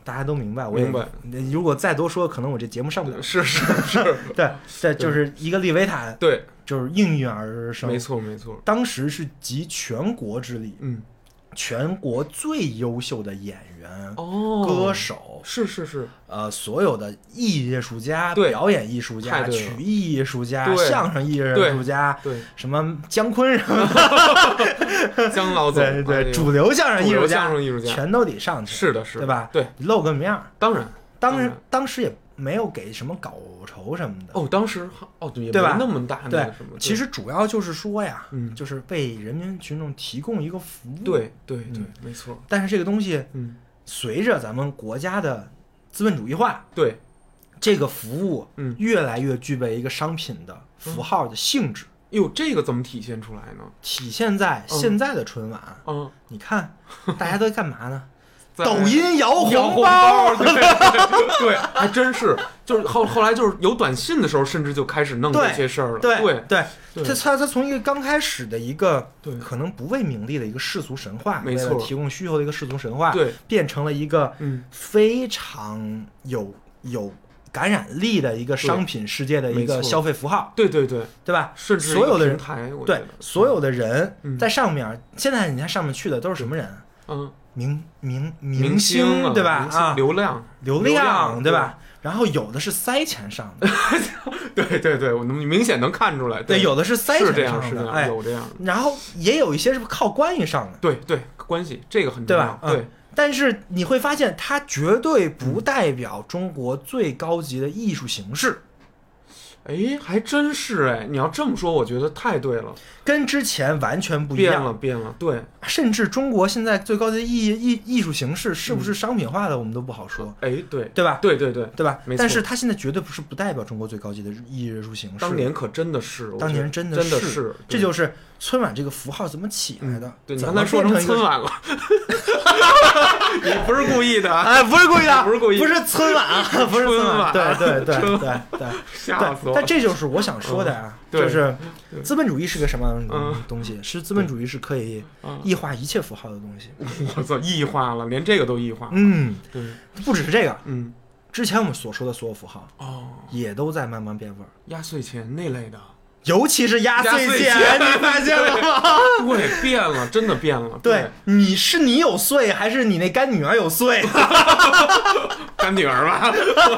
S1: 大家都明白。我也
S2: 明白。
S1: 如果再多说，可能我这节目上不了。
S2: 是是是，
S1: 对对，就是一个利维坦，
S2: 对，
S1: 就是应运而生。
S2: 没错没错。
S1: 当时是集全国之力，
S2: 嗯，
S1: 全国最优秀的演员、
S2: 哦，
S1: 歌手，
S2: 是是是，
S1: 呃，所有的艺术家、表演艺术家、曲艺艺术家、相声艺术家，
S2: 对，
S1: 什么姜昆什么的，
S2: 姜老总，
S1: 对对，主流相声艺术家，
S2: 相声艺术家
S1: 全都得上去，
S2: 是的，是的，
S1: 对吧？
S2: 对，
S1: 露个面儿，
S2: 当然，
S1: 当时当时也没有给什么稿酬什么的。
S2: 哦，当时哦对，
S1: 对吧？
S2: 那么大
S1: 对
S2: 什么？
S1: 其实主要就是说呀，
S2: 嗯，
S1: 就是为人民群众提供一个服务。
S2: 对对对，没错。
S1: 但是这个东西，
S2: 嗯，
S1: 随着咱们国家的资本主义化，
S2: 对
S1: 这个服务，
S2: 嗯，
S1: 越来越具备一个商品的符号的性质。
S2: 哟，这个怎么体现出来呢？
S1: 体现在现在的春晚，
S2: 嗯，
S1: 你看大家都在干嘛呢？
S2: 抖
S1: 音摇
S2: 红
S1: 包，
S2: 对对，还真是，就是后后来就是有短信的时候，甚至就开始弄这些事儿了。
S1: 对
S2: 对
S1: 对，他他他从一个刚开始的一个可能不为名利的一个世俗神话，
S2: 没错，
S1: 提供需求的一个世俗神话，
S2: 对，
S1: 变成了一个
S2: 嗯
S1: 非常有有感染力的一个商品世界的一个消费符号。
S2: 对对对，
S1: 对吧？
S2: 甚至
S1: 所有的人对所有的人在上面，现在你看上面去的都是什么人？
S2: 嗯。
S1: 明明
S2: 明
S1: 星对吧？啊，
S2: 流量
S1: 流量对吧？然后有的是塞钱上的，
S2: 对对对，我明显能看出来。
S1: 对，有的是塞钱上的，
S2: 是这样，
S1: 哎，
S2: 有这样。
S1: 然后也有一些是靠关系上的，
S2: 对对，关系这个很重要，
S1: 对吧？对。但是你会发现，它绝对不代表中国最高级的艺术形式。
S2: 哎，还真是哎！你要这么说，我觉得太对了，
S1: 跟之前完全不一样，
S2: 变了，变了。对，
S1: 甚至中国现在最高级的艺艺艺术形式是不是商品化的，我们都不好说。
S2: 哎，对，
S1: 对吧？
S2: 对对对，
S1: 对吧？
S2: 没错。
S1: 但是它现在绝对不是不代表中国最高级的艺术形式。
S2: 当年可真的是，
S1: 当年真
S2: 的
S1: 是，
S2: 是，
S1: 这就是春晚这个符号怎么起来的？
S2: 对，你刚才说成春晚了，你不是故意的，
S1: 哎，不是故意的，
S2: 不是故意，
S1: 不是春晚啊，不是春
S2: 晚，
S1: 对对对对对，
S2: 吓死我！
S1: 但这就是我想说的啊，就是资本主义是个什么样的东西？是资本主义是可以异化一切符号的东西。
S2: 我操，异化了，连这个都异化了。
S1: 嗯，
S2: 对，
S1: 不只是这个，
S2: 嗯，
S1: 之前我们所说的所有符号
S2: 哦，
S1: 也都在慢慢变味儿。
S2: 压岁钱那类的。
S1: 尤其是压岁钱，你发现了吗？
S2: 对，变了，真的变了。
S1: 对，你是你有岁，还是你那干女儿有岁？
S2: 干女儿吧，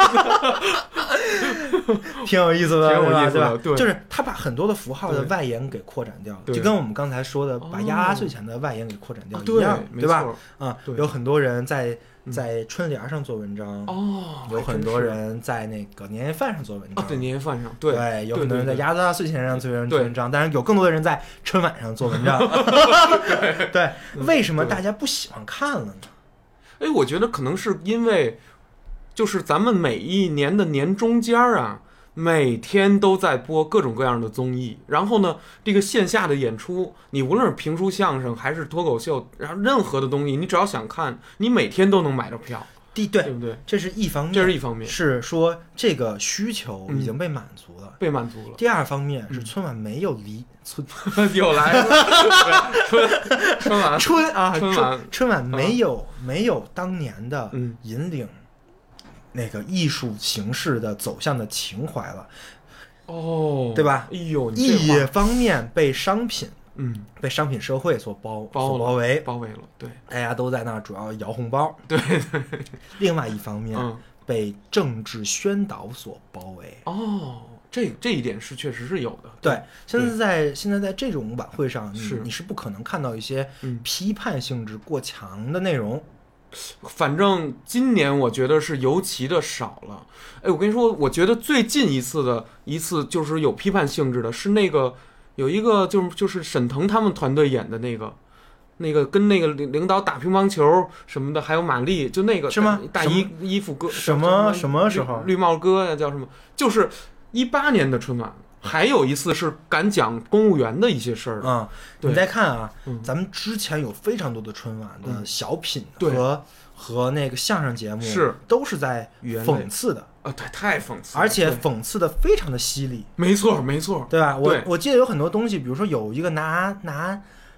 S1: 挺有意思的，
S2: 挺有意思的。
S1: 对，就是他把很多的符号的外延给扩展掉，就跟我们刚才说的把压岁钱的外延给扩展掉一样，对吧？啊，有很多人在。在春联上做文章
S2: 哦，
S1: 有很多人在那个年夜饭上做文章，
S2: 哦，对，年夜饭上，对，
S1: 对，有很多人在压岁钱上做文章，当然有更多的人在春晚上做文章。对，为什么大家不喜欢看了呢？
S2: 哎，我觉得可能是因为，就是咱们每一年的年中间啊。每天都在播各种各样的综艺，然后呢，这个线下的演出，你无论是评书、相声还是脱口秀，然后任何的东西，你只要想看，你每天都能买到票。
S1: 对对，
S2: 对不对？
S1: 这是一方面，
S2: 这是一方面，
S1: 是说这个需求已经被满足了，
S2: 嗯、被满足了。
S1: 第二方面是春晚没有离春，
S2: 又来了春春晚
S1: 春啊
S2: 春晚
S1: 春晚没有、嗯、没有当年的引领。
S2: 嗯
S1: 那个艺术形式的走向的情怀了，
S2: 哦，
S1: 对吧？
S2: 哎呦，
S1: 一方面被商品，
S2: 嗯，
S1: 被商品社会所包
S2: 包
S1: 所包围，
S2: 包围了，对，
S1: 大家都在那儿主要摇红包，
S2: 对对。
S1: 另外一方面，
S2: 嗯、
S1: 被政治宣导所包围。
S2: 哦，这这一点是确实是有的。
S1: 对，现在在现在在这种晚会上，
S2: 是
S1: 你是不可能看到一些批判性质过强的内容。
S2: 反正今年我觉得是尤其的少了。哎，我跟你说，我觉得最近一次的一次就是有批判性质的，是那个有一个就是就是沈腾他们团队演的那个，那个跟那个领导打乒乓球什么的，还有马丽，就那个
S1: 是吗？
S2: 大衣衣服哥
S1: 什么什么时候？
S2: 绿帽哥呀，叫什么？就是一八年的春晚。还有一次是敢讲公务员的一些事儿
S1: 啊、嗯，你再看啊、
S2: 嗯，
S1: 咱们之前有非常多的春晚的小品和、
S2: 嗯、
S1: 和那个相声节目
S2: 是
S1: 都是在讽刺的
S2: 啊，对，太讽刺了，
S1: 而且讽刺的非常的犀利，
S2: 没错没错，
S1: 对吧？我我记得有很多东西，比如说有一个拿拿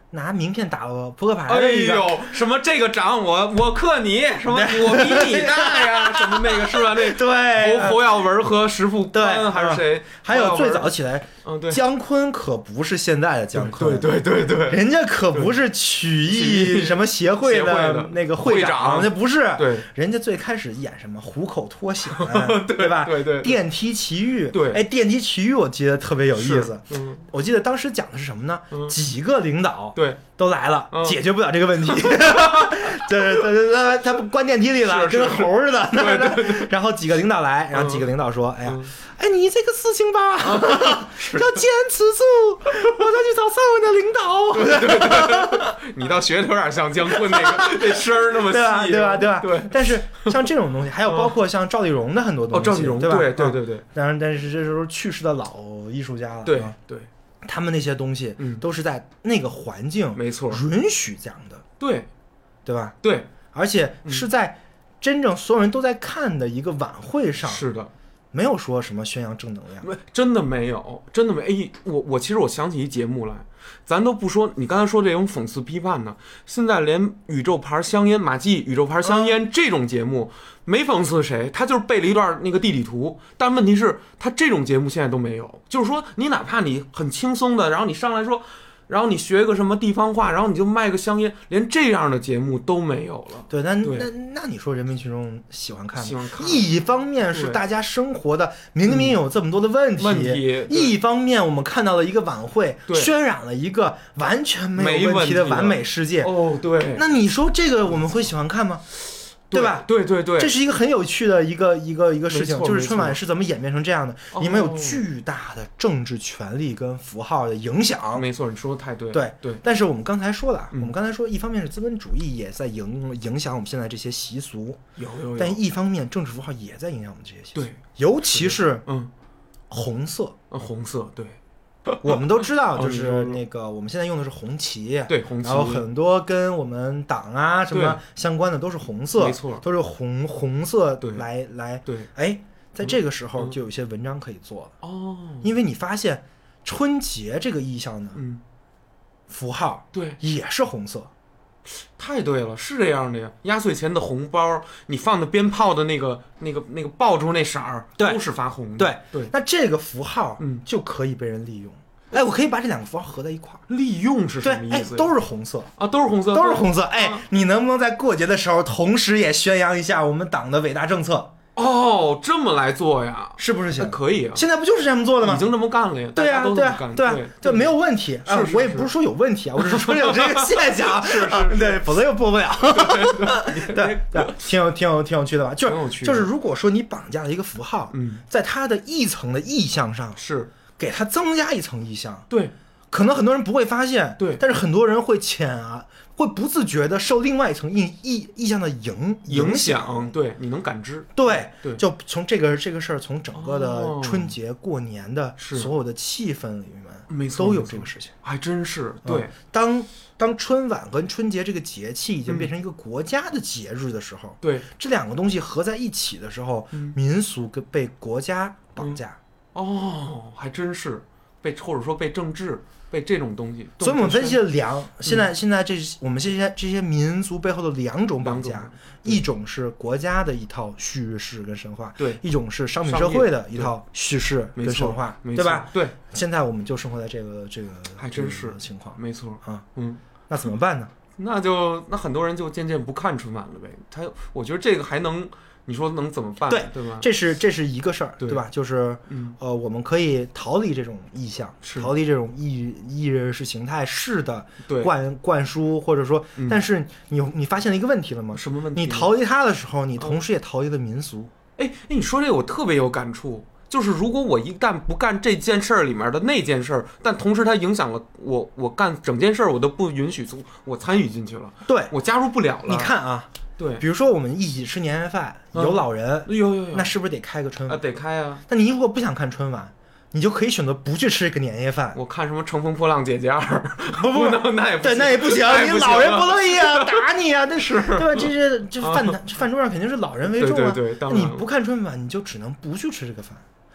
S1: 拿名片打了扑克牌
S2: 哎
S1: 的一个，
S2: 呦，什么这个掌我我克你，什么我比你大呀，什么那个是吧？那
S1: 对，
S2: 侯侯耀文和石富宽还是谁？
S1: 还有最早起来，
S2: 嗯，对，
S1: 姜昆可不是现在的姜昆，
S2: 对对对对，
S1: 人家可不是曲艺什么协会的那个会长，那不是，
S2: 对，
S1: 人家最开始演什么虎口脱险，对吧？
S2: 对对，
S1: 电梯奇遇，
S2: 对，
S1: 哎，电梯奇遇我记得特别有意思，
S2: 嗯，
S1: 我记得当时讲的是什么呢？几个领导。
S2: 对，
S1: 都来了，
S2: 嗯、
S1: 解决不了这个问题，就是他他关电梯里了，跟猴似的。
S2: 对对对。
S1: 然后几个领导来，然后几个领导说：“嗯、哎呀，嗯、哎，你这个事情吧，嗯、要坚持住，我再去找上面的领导。
S2: 对对对”你倒学的有点像姜昆那个那声儿那么细，
S1: 对吧？对吧？
S2: 对。
S1: 但是像这种东西，还有包括像赵丽蓉的很多东西，
S2: 哦，赵丽蓉
S1: 对吧？
S2: 对对对对。
S1: 当然，但是这时候去世的老艺术家了，
S2: 对对。
S1: 他们那些东西都是在那个环境
S2: 没错
S1: 允许这样的，
S2: 对
S1: 对吧？
S2: 对，
S1: 而且是在真正所有人都在看的一个晚会上，
S2: 是的，
S1: 没有说什么宣扬正能量，
S2: 真的没有，真的没。哎，我我其实我想起一节目来，咱都不说，你刚才说这种讽刺批判呢，现在连宇宙牌香烟马季宇宙牌香烟、嗯、这种节目没讽刺谁，他就是背了一段那个地理图，但问题是他这种节目现在都没有，就是说你哪怕你很轻松的，然后你上来说，然后你学个什么地方话，然后你就卖个香烟，连这样的节目都没有了。
S1: 对，那那那你说人民群众喜欢看吗？
S2: 喜欢看。
S1: 一方面是大家生活的明明有这么多的问题，
S2: 嗯、问题
S1: 一方面我们看到了一个晚会，渲染了一个完全没有问题的完美世界。
S2: 哦，对。
S1: 那你说这个我们会喜欢看吗？对吧？
S2: 对对对，
S1: 这是一个很有趣的一个一个一个事情，就是春晚是怎么演变成这样的？
S2: 哦、
S1: 你们有巨大的政治权力跟符号的影响。
S2: 没错，你说的太对了。
S1: 对
S2: 对。
S1: 但是我们刚才说了，
S2: 嗯、
S1: 我们刚才说，一方面是资本主义也在影影响我们现在这些习俗，
S2: 有有有。
S1: 但一方面政治符号也在影响我们这些习俗。
S2: 对，
S1: 尤其是
S2: 嗯，
S1: 红色。
S2: 嗯，红色，对。
S1: 我们都知道，就是那个我们现在用的是红旗，
S2: 对红旗，
S1: 然后很多跟我们党啊什么相关的都是红色，
S2: 没错，
S1: 都是红红色来来。
S2: 对，
S1: 哎，在这个时候就有些文章可以做了
S2: 哦，
S1: 因为你发现春节这个意象呢，
S2: 嗯，
S1: 符号
S2: 对
S1: 也是红色。
S2: 太对了，是这样的呀！压岁钱的红包，你放的鞭炮的那个、那个、那个爆竹那色儿，都是发红的。
S1: 对
S2: 对，
S1: 那这个符号，
S2: 嗯，
S1: 就可以被人利用。哎，我可以把这两个符号合在一块儿。
S2: 利用是什么意思？
S1: 哎，都是红色
S2: 啊，都是红色，
S1: 都是红色。哎，
S2: 啊、
S1: 你能不能在过节的时候，同时也宣扬一下我们党的伟大政策？
S2: 哦，这么来做呀？
S1: 是不是行？
S2: 可以啊！
S1: 现在不就是这么做的吗？
S2: 已经这么干了呀！
S1: 对呀，对呀，对呀，这没有问题啊！我也不是说有问题啊，我只是说有这个现象，
S2: 是是，
S1: 对，否则又播不了。对对，挺有挺有挺有趣的吧？就是就是，如果说你绑架了一个符号，
S2: 嗯，
S1: 在它的一层的意象上，
S2: 是
S1: 给它增加一层意象，
S2: 对，
S1: 可能很多人不会发现，
S2: 对，
S1: 但是很多人会潜啊。会不自觉的受另外一层意意意象的影
S2: 影
S1: 响，
S2: 对，你能感知，
S1: 对
S2: 对，
S1: 就从这个这个事儿，从整个的春节、哦、过年的所有的气氛里面，都有这个事情，
S2: 还真是对。
S1: 嗯、当当春晚跟春节这个节气已经变成一个国家的节日的时候，
S2: 对、嗯，
S1: 这两个东西合在一起的时候，
S2: 嗯、
S1: 民俗跟被国家绑架、
S2: 嗯，哦，还真是被或者说被政治。被这种东西，
S1: 所以我们分析了两，现在、嗯、现在这我们这些这些民族背后的两种绑架，一种是国家的一套叙事跟神话，
S2: 对；
S1: 一种是商品社会的一套叙事跟神话，对吧？
S2: 对。
S1: 现在我们就生活在这个这个
S2: 还真是
S1: 情况，
S2: 没错
S1: 啊，
S2: 嗯，
S1: 那怎么办呢？
S2: 那就那很多人就渐渐不看春晚了呗。他我觉得这个还能。你说能怎么办？
S1: 对
S2: 对吧？
S1: 这是这是一个事儿，对, 对吧？就是、
S2: 嗯、
S1: 呃，我们可以逃离这种意象，逃离这种意意识形态式的灌灌输，或者说，
S2: 嗯、
S1: 但是你你发现了一个问题了吗？
S2: 什么问题？
S1: 你逃离它的时候，你同时也逃离了民俗。
S2: 哎、哦，你说这个我特别有感触。就是如果我一旦不干这件事儿里面的那件事儿，但同时它影响了我，我干整件事儿我都不允许我参与进去了，
S1: 对
S2: 我加入不了了。
S1: 你看啊。
S2: 对，
S1: 比如说我们一起吃年夜饭，嗯、有老人，
S2: 有有有，
S1: 那是不是得开个春晚？
S2: 啊，得开啊。
S1: 那你如果不想看春晚，你就可以选择不去吃这个年夜饭。
S2: 我看什么《乘风破浪姐姐二》，不不能，那也不
S1: 对，那也不行，你老人不乐意啊，打你啊，那
S2: 是
S1: 对吧？这些这饭、啊、饭桌上肯定是老人为重啊。
S2: 对对对，
S1: 你不看春晚，你就只能不去吃这个饭。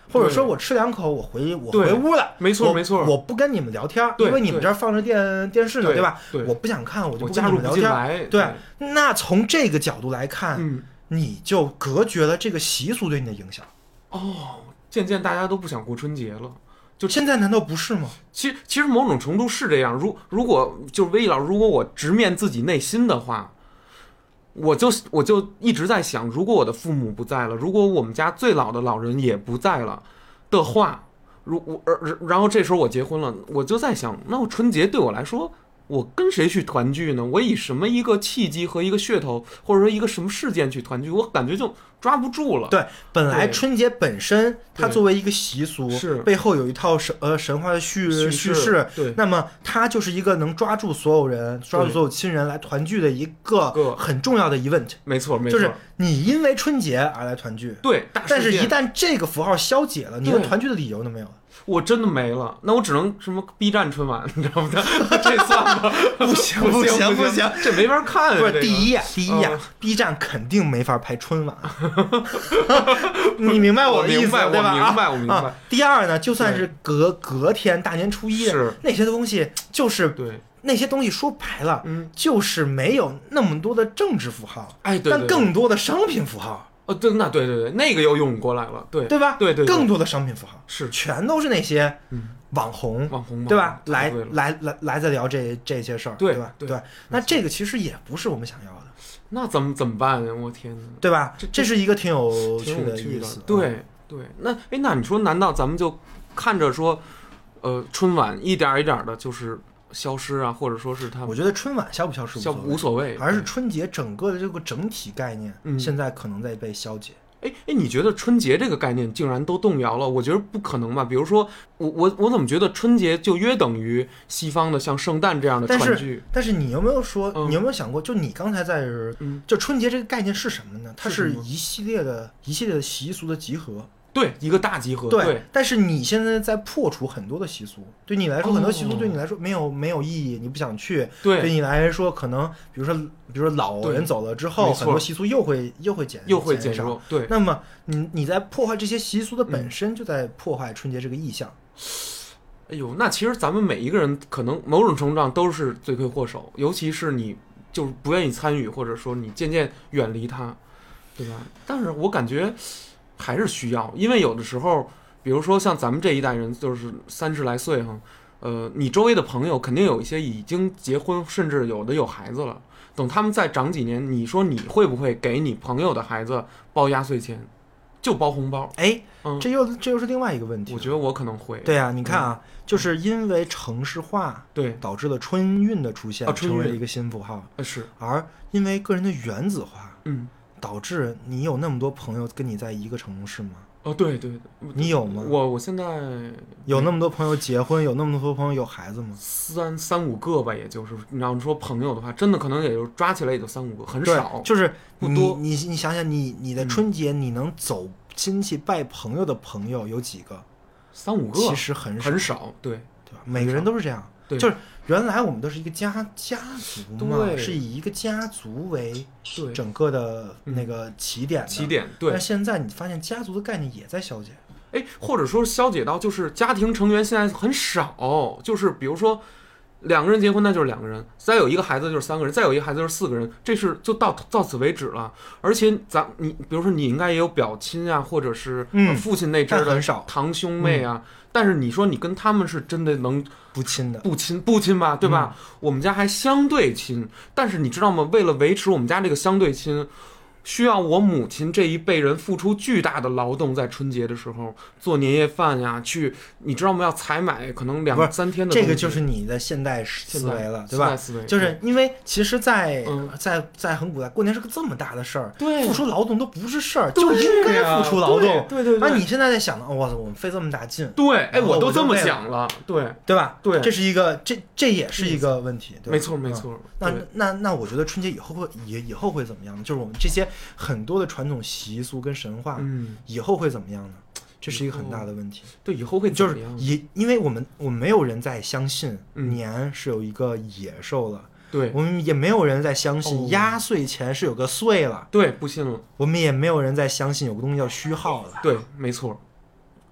S1: 或者说我吃两口，我回我回屋了，
S2: 没错没错，
S1: 我不跟你们聊天，因为你们这儿放着电电视呢，对吧？我不想看，我就不跟你们聊天。对，那从这个角度来看，
S2: 嗯，
S1: 你就隔绝了这个习俗对你的影响。
S2: 哦，渐渐大家都不想过春节了。就
S1: 现在难道不是吗？
S2: 其实其实某种程度是这样。如如果就是威老师，如果我直面自己内心的话，我就我就一直在想，如果我的父母不在了，如果我们家最老的老人也不在了的话，如我然后这时候我结婚了，我就在想，那我春节对我来说，我跟谁去团聚呢？我以什么一个契机和一个噱头，或者说一个什么事件去团聚？我感觉就抓不住了。
S1: 对，本来春节本身它作为一个习俗，
S2: 是
S1: 背后有一套神呃神话的叙叙事，
S2: 对，
S1: 那么它就是一个能抓住所有人、抓住所有亲人来团聚的一个很重要的 event。
S2: 没错，没错，
S1: 就是你因为春节而来团聚，
S2: 对，
S1: 但是一旦这个符号消解了，你的团聚的理由都没有了。
S2: 我真的没了，那我只能什么 B 站春晚，你知道吗？这算吗？
S1: 不行不行不行，
S2: 这没法看。
S1: 不是第一呀，第一呀 ，B 站肯定没法拍春晚。你明白我的意思对吧？
S2: 我明白，我明白。
S1: 第二呢，就算是隔隔天大年初一，那些东西就是
S2: 对
S1: 那些东西说白了，
S2: 嗯，
S1: 就是没有那么多的政治符号，
S2: 哎，对，
S1: 但更多的商品符号。
S2: 哦，对，那对对对，那个又涌过来了，对
S1: 对吧？
S2: 对 对,
S1: 对，更多的商品符号
S2: 是
S1: 全都是那些网红，
S2: 嗯、网红
S1: 对吧？来来来来，在聊这这些事儿，
S2: 对
S1: 吧？
S2: 对，
S1: 对那这个其实也不是我们想要的。
S2: 那怎么怎么办呀？我天哪，
S1: 对吧？
S2: 这
S1: 这是一个挺有趣
S2: 的
S1: 意思。
S2: 对对，那哎，那你说，难道咱们就看着说，呃，春晚一点一点的，就是消失啊，或者说是它，
S1: 我觉得春晚消不消失
S2: 消无所谓，
S1: 而是春节整个的这个整体概念，
S2: 嗯、
S1: 现在可能在被消解。
S2: 哎哎，你觉得春节这个概念竟然都动摇了？我觉得不可能吧。比如说，我我我怎么觉得春节就约等于西方的像圣诞这样的团聚？
S1: 但是，但是你有没有说，
S2: 嗯、
S1: 你有没有想过，就你刚才在，
S2: 嗯、
S1: 就春节这个概念是什么呢？它
S2: 是
S1: 一系列的一系列的习俗的集合。
S2: 对，一个大集合。
S1: 对，
S2: 对
S1: 但是你现在在破除很多的习俗，对你来说，
S2: 哦、
S1: 很多习俗对你来说没有没有意义，你不想去。
S2: 对，
S1: 对你来说，可能比如说，比如说老人走了之后，很多习俗又会又会减
S2: 又会减
S1: 少。
S2: 对，
S1: 那么你你在破坏这些习俗的本身，就在破坏春节这个意象。
S2: 哎呦，那其实咱们每一个人可能某种程度上都是罪魁祸首，尤其是你就是不愿意参与，或者说你渐渐远离它，对吧？但是我感觉还是需要，因为有的时候，比如说像咱们这一代人，就是三十来岁哈，呃，你周围的朋友肯定有一些已经结婚，甚至有的有孩子了。等他们再长几年，你说你会不会给你朋友的孩子包压岁钱，就包红包？
S1: 哎，
S2: 嗯，
S1: 这又这又是另外一个问题。
S2: 我觉得我可能会。
S1: 对啊，你看啊，嗯、就是因为城市化，
S2: 对，
S1: 导致了春运的出现，
S2: 啊、
S1: 成为一个新符号。
S2: 是，
S1: 而因为个人的原子化，
S2: 嗯。
S1: 导致你有那么多朋友跟你在一个城市吗？
S2: 哦，对对对，
S1: 你有吗？
S2: 我我现在
S1: 有那么多朋友结婚，有那么多朋友有孩子吗？
S2: 三三五个吧，也就是你要说朋友的话，真的可能也就抓起来也就三五个，很少，
S1: 就是
S2: 不多。
S1: 你你你想想，你你的春节你能走亲戚拜朋友的朋友有几个？
S2: 三五个，
S1: 其实很
S2: 少，很少，对
S1: 对吧？每个人都是这样。
S2: 对，
S1: 就是原来我们都是一个家家族嘛，是以一个家族为整个的那个起点的
S2: 起点。对，
S1: 但现在你发现家族的概念也在消解，
S2: 哎，或者说消解到就是家庭成员现在很少，就是比如说两个人结婚那就是两个人，再有一个孩子就是三个人，再有一个孩子就是四个人，这是就到到此为止了。而且咱你比如说你应该也有表亲啊，或者是父亲那支的堂兄妹啊。
S1: 嗯，
S2: 但是你说你跟他们是真的能
S1: 不亲的？
S2: 不亲不亲吧，对吧？嗯、我们家还相对亲，但是你知道吗？为了维持我们家这个相对亲，需要我母亲这一辈人付出巨大的劳动，在春节的时候做年夜饭呀，去你知道吗？要采买可能两三天的东西。
S1: 这个就是你的现代思维了，对吧？
S2: 思维
S1: 就是因为其实在，
S2: 嗯、
S1: 在在很古代，过年是个这么大的事儿，
S2: 对，
S1: 付出劳动都不是事儿，就应该付出劳动。
S2: 对对对。
S1: 那你现在在想呢？哇塞，我们费这么大劲，
S2: 对，哎，我都这么想了，对
S1: 对吧？
S2: 对，
S1: 这是一个，这这也是一个问题，对吧？
S2: 没错没错。
S1: 嗯、那那那，我觉得春节以后会以以后会怎么样呢？就是我们这些很多的传统习俗跟神话，
S2: 嗯，
S1: 以后会怎么样呢？这是一个很大的问题。
S2: 对，以后会怎么样？
S1: 就是以，因为我们我们没有人再相信年是有一个野兽了，
S2: 对、嗯，
S1: 我们也没有人再相信压岁钱是有个岁了，
S2: 对，不信了。
S1: 我们也没有人再相信有个东西叫虚号了，
S2: 对，没错。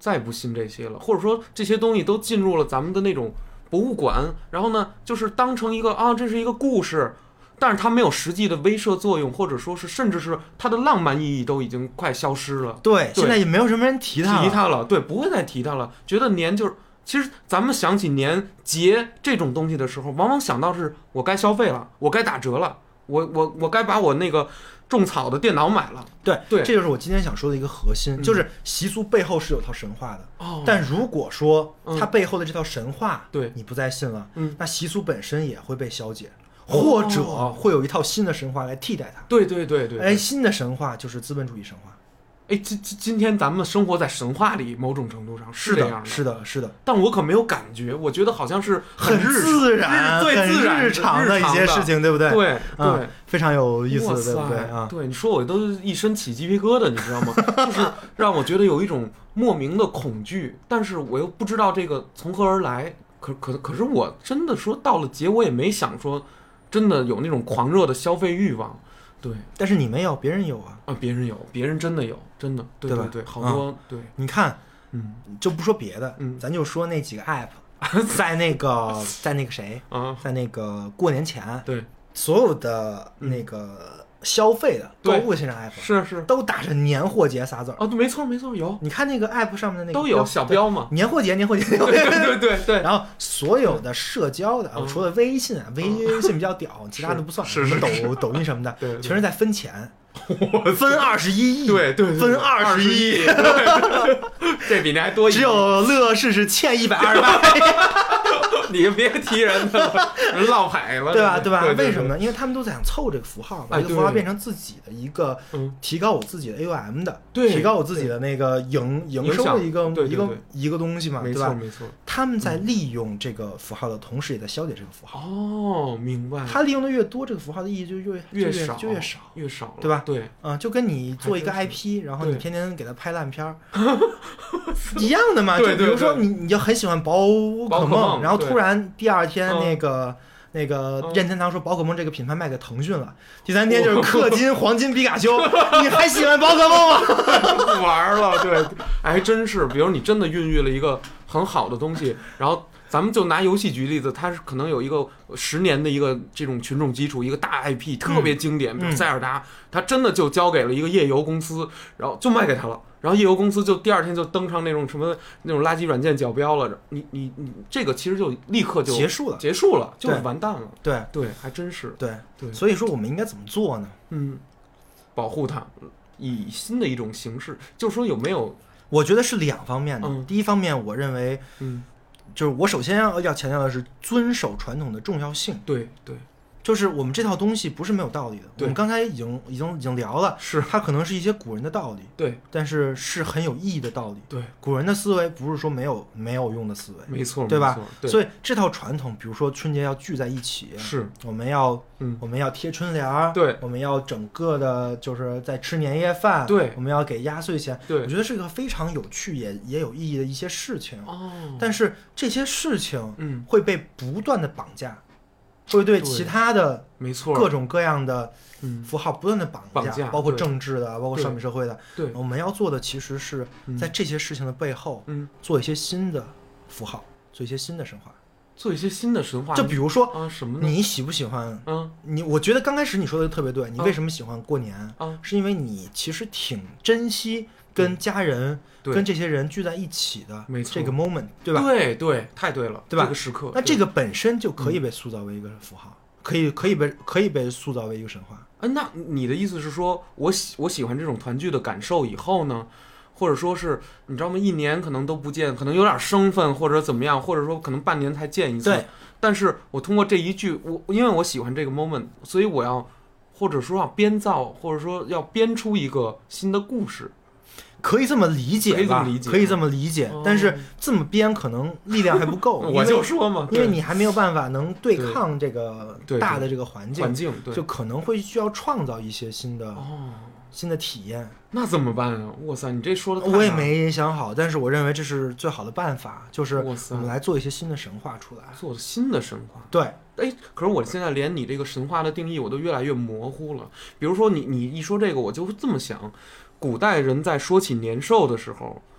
S2: 再不信这些了，或者说这些东西都进入了咱们的那种博物馆，然后呢，就是当成一个啊，这是一个故事。但是它没有实际的威慑作用，或者说是甚至是它的浪漫意义都已经快消失了。
S1: 对，现在也没有什么人提它
S2: 了，提它了，对，不会再提它了。觉得年就是，其实咱们想起年节这种东西的时候，往往想到是我该消费了，我该打折了，我我我该把我那个种草的电脑买了。
S1: 对
S2: 对，
S1: 这就是我今天想说的一个核心，嗯、就是习俗背后是有套神话的。哦，但如果说它背后的这套神话，对、嗯、你不再信了，嗯，那习俗本身也会被消解。或者会有一套新的神话来替代它。
S2: 对对对 对, 对，
S1: 哎，新的神话就是资本主义神话。
S2: 哎，今今今天咱们生活在神话里，某种程度上是这样的，
S1: 是的，是的。
S2: 但我可没有感觉，我觉得好像是
S1: 很自然、
S2: 最自然、
S1: 日常的一些事情，对不对？
S2: 对对、
S1: 嗯，非常有意思，对不对啊？
S2: 对，你说我都一身起鸡皮疙瘩，你知道吗？就是让我觉得有一种莫名的恐惧，但是我又不知道这个从何而来。可可可是我真的说到了节，我也没想说。真的有那种狂热的消费欲望，对，
S1: 但是你没有，别人有啊，
S2: 啊，别人有，别人真的有，真的，对对对，好多、嗯、对，
S1: 你看，
S2: 嗯，
S1: 就不说别的，
S2: 嗯，
S1: 咱就说那几个 app， 在那个，在那个谁，
S2: 啊，
S1: 在那个过年前，
S2: 对，
S1: 所有的那个。嗯消费的购物线上 app
S2: 是是
S1: 都打着年货节仨字儿
S2: 啊，对，没错没错，有。
S1: 你看那个 app 上面的那个
S2: 都有小标嘛，
S1: 年货节年货节，
S2: 对对对对。
S1: 然后所有的社交的，嗯、除了微信啊，微信比较屌，其他的不算，
S2: 是
S1: 什么抖抖音什么的，
S2: 对，
S1: 全是在分钱。分二十一亿，
S2: 对对，
S1: 分二十亿，
S2: 这比那还多一亿。
S1: 只有乐视是欠一百二十八。
S2: 你别提人的了，人落牌了，
S1: 对吧？对吧？
S2: 对对对
S1: 为什么呢？因为他们都在想凑这个符号，把这个符号变成自己的一个，提高我自己的 A U M 的，
S2: 对，
S1: 提高我自己的那个营营收的一个
S2: 对对对
S1: 一个一个东西嘛，
S2: 没
S1: 对吧？
S2: 没错。
S1: 他们在利用这个符号的同时，也在消解这个符号。
S2: 哦，明白。
S1: 他利用的越多，这个符号的意义就越
S2: 越少，
S1: 就越少，
S2: 越少，
S1: 对吧？
S2: 对，
S1: 嗯，就跟你做一个 I P， 然后你天天给他拍烂片儿一样的嘛。就比如说你，你就很喜欢宝可梦，然后突然第二天。那个、嗯、那个任天堂说宝可梦这个品牌卖给腾讯了，第三天就是氪金黄金皮卡丘，你还喜欢宝可梦吗？
S2: 不玩了，对，还真是。比如你真的孕育了一个很好的东西，然后咱们就拿游戏举例子，它是可能有一个十年的一个这种群众基础，一个大 I P 特别经典，比如塞尔达，它真的就交给了一个页游公司，然后就卖给他了。然后页游公司就第二天就登上那种什么那种垃圾软件角标了，你你你这个其实就立刻就
S1: 结束了，
S2: 结束了，就是完蛋了。
S1: 对
S2: 对，还真是。
S1: 对
S2: 对，
S1: 所以说我们应该怎么做呢？
S2: 嗯，保护它，以新的一种形式，就是说有没有？
S1: 我觉得是两方面的。
S2: 嗯、
S1: 第一方面，我认为，
S2: 嗯，
S1: 就是我首先要要强调的是遵守传统的重要性。
S2: 对对。
S1: 就是我们这套东西不是没有道理的，我们刚才已经已经已经聊了，
S2: 是
S1: 它可能是一些古人的道理，
S2: 对，
S1: 但是是很有意义的道理，
S2: 对，
S1: 古人的思维不是说没有没有用的思维，
S2: 没错，
S1: 对吧？
S2: 对，
S1: 所以这套传统，比如说春节要聚在一起，
S2: 是，
S1: 我们要，
S2: 嗯，
S1: 我们要贴春联，
S2: 对，
S1: 我们要整个的就是在吃年夜饭，
S2: 对，
S1: 我们要给压岁钱，
S2: 对，
S1: 我觉得是个非常有趣也也有意义的一些事情，
S2: 哦，
S1: 但是这些事情，
S2: 嗯，
S1: 会被不断的绑架。会对其他的
S2: 没错
S1: 各种各样的符号不断的绑架，
S2: 绑架
S1: 包括政治的，包括商品社会的。
S2: 对，
S1: 我们要做的其实是在这些事情的背后，
S2: 嗯，
S1: 做一些新的符号，做一些新的神话，
S2: 做一些新的神话。
S1: 就比如说
S2: 啊，什么呢？
S1: 你喜不喜欢？
S2: 嗯，
S1: 你我觉得刚开始你说的特别对，你为什么喜欢过年？
S2: 啊，
S1: 是因为你其实挺珍惜跟家人。跟这些人聚在一起的这个 moment， 对吧？
S2: 对对，太对了，
S1: 对吧？
S2: 这个时刻，
S1: 那这个本身就可以被塑造为一个符号，嗯、可以可以被可以被塑造为一个神话。
S2: 哎，那你的意思是说，我喜我喜欢这种团聚的感受以后呢，或者说是你知道吗？一年可能都不见，可能有点生分或者怎么样，或者说可能半年才见一次。
S1: 对。
S2: 但是我通过这一句，我因为我喜欢这个 moment， 所以我要或者说要编造，或者说要编出一个新的故事。
S1: 可以这么理解吧，可以这么理解，可以这么理解，
S2: 哦、
S1: 但是这么编可能力量还不够。
S2: 我就说嘛，
S1: 因为你还没有办法能对抗这个大的这个环境，
S2: 环境
S1: 就可能会需要创造一些新的、
S2: 哦、
S1: 新的体验。
S2: 那怎么办啊？哇塞，你这说的
S1: 我也没想好，但是我认为这是最好的办法，就是我们来做一些新的神话出来，
S2: 做新的神话。
S1: 对。
S2: 哎，可是我现在连你这个神话的定义我都越来越模糊了。比如说你你一说这个，我就这么想。古代人在说起年兽的时候，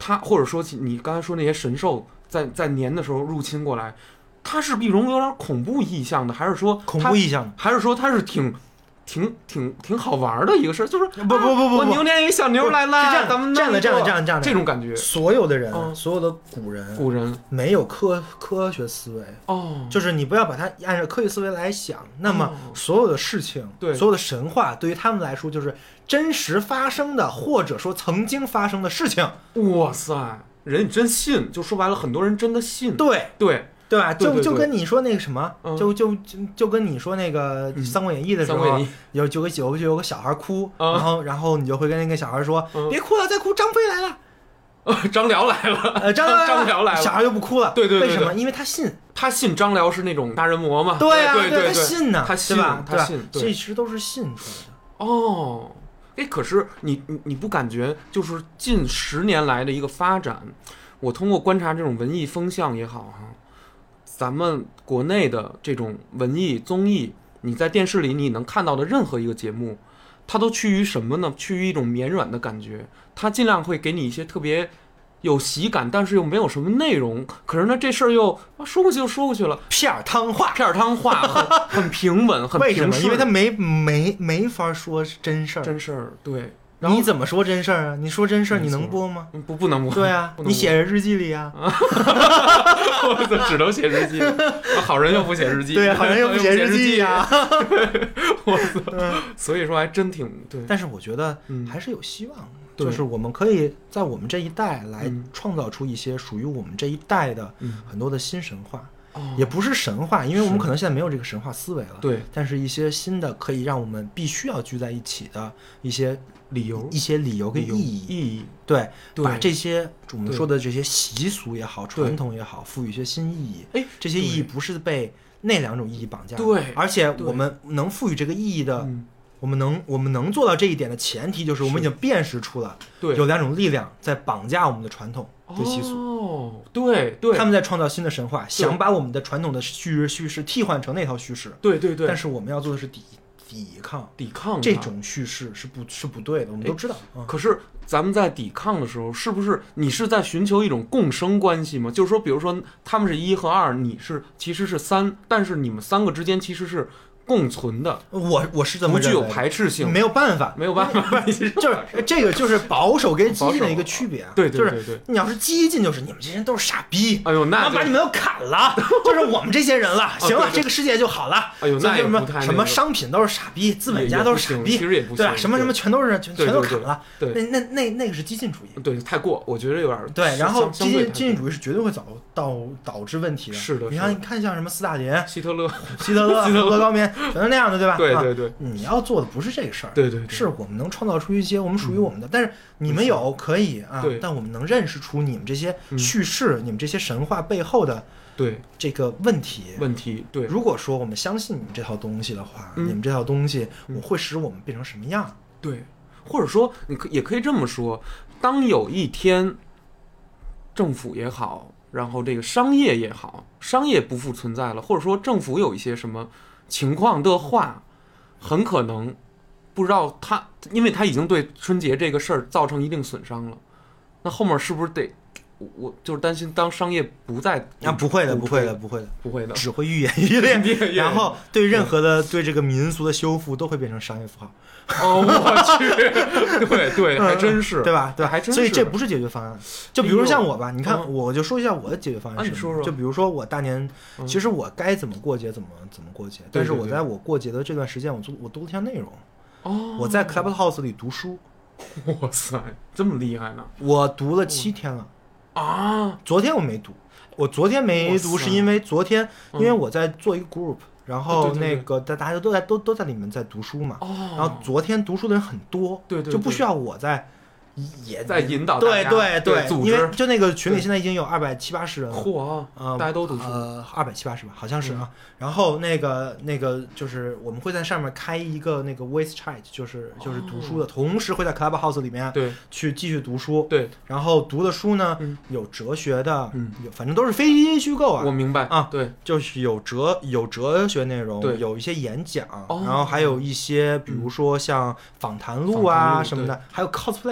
S2: 它或者说你刚才说那些神兽在在年的时候入侵过来，它是一种有点恐怖意象的，还是说
S1: 恐怖意象，
S2: 还是说它是挺挺挺挺好玩的一个事儿？就是
S1: 不不不不不，
S2: 我牛年一小牛来了，
S1: 是这样，
S2: 咱们
S1: 这样的这样的这样这样的
S2: 这种感觉。
S1: 所有的人，
S2: 嗯、
S1: 所有的古人，
S2: 古人
S1: 没有科科学思维
S2: 哦，
S1: 就是你不要把它按照科学思维来想，那么所有的事情，
S2: 对、
S1: 哦，所有的神话，对于他们来说就是真实发生的，或者说曾经发生的事情。
S2: 哇塞，人真信，就说白了，很多人真的信。
S1: 对
S2: 对。
S1: 对吧？
S2: 对对对
S1: 就就跟你说那个什么，
S2: 嗯、
S1: 就就就就跟你说那个《三国演义》的时候，
S2: 嗯、
S1: 有就有就有个小孩哭，
S2: 嗯、
S1: 然后然后你就会跟那个小孩说：“
S2: 嗯、
S1: 别哭了，再哭张飞来了。
S2: 呃”张辽来了，
S1: 呃，张
S2: 张辽来了，
S1: 小孩就不哭了。
S2: 对对对，
S1: 为什么？因为他信，
S2: 他信张辽是那种大人魔嘛。
S1: 对
S2: 啊，对
S1: 对，
S2: 他
S1: 信呢，
S2: 他信
S1: 对吧？
S2: 他信，
S1: 这其实都是信出来的。
S2: 哦，哎，可是你你你不感觉就是近十年来的一个发展？我通过观察这种文艺风向也好哈。咱们国内的这种文艺综艺，你在电视里你能看到的任何一个节目，它都趋于什么呢？趋于一种绵软的感觉，它尽量会给你一些特别有喜感，但是又没有什么内容。可是呢，这事儿又说过去就说过去了，
S1: 片儿汤话，
S2: 片儿汤话，很很平稳，很
S1: 为什么？因为它没没没法说真事儿，
S2: 真事儿，对。
S1: 你怎么说真事儿啊？你说真事儿，你能播吗？
S2: 不，不能播。
S1: 对啊，你写日记里啊。
S2: 我怎么只能写日记？好人又不写日记。
S1: 对，好人又不写日记呀。
S2: 我操！所以说还真挺对。
S1: 但是我觉得还是有希望的，
S2: 嗯、
S1: 就是我们可以在我们这一代来创造出一些属于我们这一代的很多的新神话。
S2: 嗯、
S1: 也不是神话，因为我们可能现在没有这个神话思维了。
S2: 对。
S1: 但是一些新的可以让我们必须要聚在一起的一些。
S2: 理由
S1: 一些理由跟意义，
S2: 意义
S1: 对,
S2: 对，
S1: 把这些我们说的这些习俗也好，传统也好，赋予一些新意义。
S2: 哎，
S1: 这些意义不是被那两种意义绑架，
S2: 对，
S1: 而且我们能赋予这个意义的，我们能我们能做到这一点的前提，就是我们已经辨识出了有两种力量在绑架我们的传统对习俗。
S2: 哦，对对，
S1: 他们在创造新的神话，想把我们的传统的叙叙事替换成那套叙事。
S2: 对对对，
S1: 但是我们要做的是抵。抵抗，
S2: 抵抗
S1: 这种叙事是不是不对的，我们都知道。嗯、
S2: 可是咱们在抵抗的时候，是不是你是在寻求一种共生关系吗？就是说，比如说他们是一和二，你是其实是三，但是你们三个之间其实是共存的。
S1: 我我是这么认为，
S2: 不具有排斥性，
S1: 没有办法，
S2: 没有办法，
S1: 就是这个就是保守跟激进的一个区别啊。
S2: 对对对对，
S1: 就是你要是激进，就是你们这些人都是傻逼，
S2: 哎呦，那
S1: 把你们都砍了，就是我们这些人了，行了，这个世界就好了。
S2: 哎呦，那
S1: 什么什么商品都是傻逼，资本家都是傻逼，
S2: 其实也不
S1: 对吧？什么什么全都是全全都砍了，
S2: 对，
S1: 那那那那个是激进主义，
S2: 对，太过，我觉得有点
S1: 对。然后激进激进主义是绝对会导导导致问题的，
S2: 是的。
S1: 你看，你看像什么斯大林、
S2: 希特勒、
S1: 希特勒、俄高棉，全是那样的，对吧？
S2: 对对对，
S1: 你要做的不是这个事儿，
S2: 对对，
S1: 是我们能创造出一些我们属于我们的，但是你们有可以啊，但我们能认识出你们这些叙事、你们这些神话背后的
S2: 对
S1: 这个问题
S2: 问题。对，
S1: 如果说我们相信你们这套东西的话，你们这套东西我会使我们变成什么样？
S2: 对，或者说你可也可以这么说，当有一天政府也好，然后这个商业也好，商业不复存在了，或者说政府有一些什么情况的话，很可能不知道他，因为他已经对春节这个事儿造成一定损伤了，那后面是不是得，我就是担心当商业不再
S1: 啊，不会的，不会的，不会的，
S2: 不会的，
S1: 只会愈演愈烈，然后对任何的对这个民俗的修复都会变成商业符号。
S2: 哦，我去，对对，还真是，
S1: 对吧？对，
S2: 还真是。
S1: 所以这不是解决方案。就比如说像我吧，你看，我就说一下我的解决方案是什么。就比如说我大年，其实我该怎么过节怎么怎么过节，但是我在我过节的这段时间，我做我读了一项内容。
S2: 哦，
S1: 我在 Clubhouse 里读书。
S2: 哇塞，这么厉害呢！
S1: 我读了七天了
S2: 啊！
S1: 昨天我没读，我昨天没读是因为昨天因为我在做一个 group。然后那个大大家都在都都在里面在读书嘛，然后昨天读书的人很多，
S2: 对对，
S1: 就不需要我在也
S2: 在引导
S1: 大家，对对
S2: 对，
S1: 因为就那个群里现在已经有二百七八十人了，
S2: 嚯，呃，大家都读书，
S1: 呃，二百七八十吧，好像是啊。然后那个那个就是我们会在上面开一个那个 voice chat， 就是就是读书的，同时会在 Clubhouse 里面
S2: 对去
S1: 继续读书，
S2: 对。
S1: 然后读的书呢，有哲学的，有反正都是非虚构啊，
S2: 我明白
S1: 啊，
S2: 对，
S1: 就是有哲有哲学内容，有一些演讲，然后还有一些比如说像访谈录啊什么的，还有 cosplay。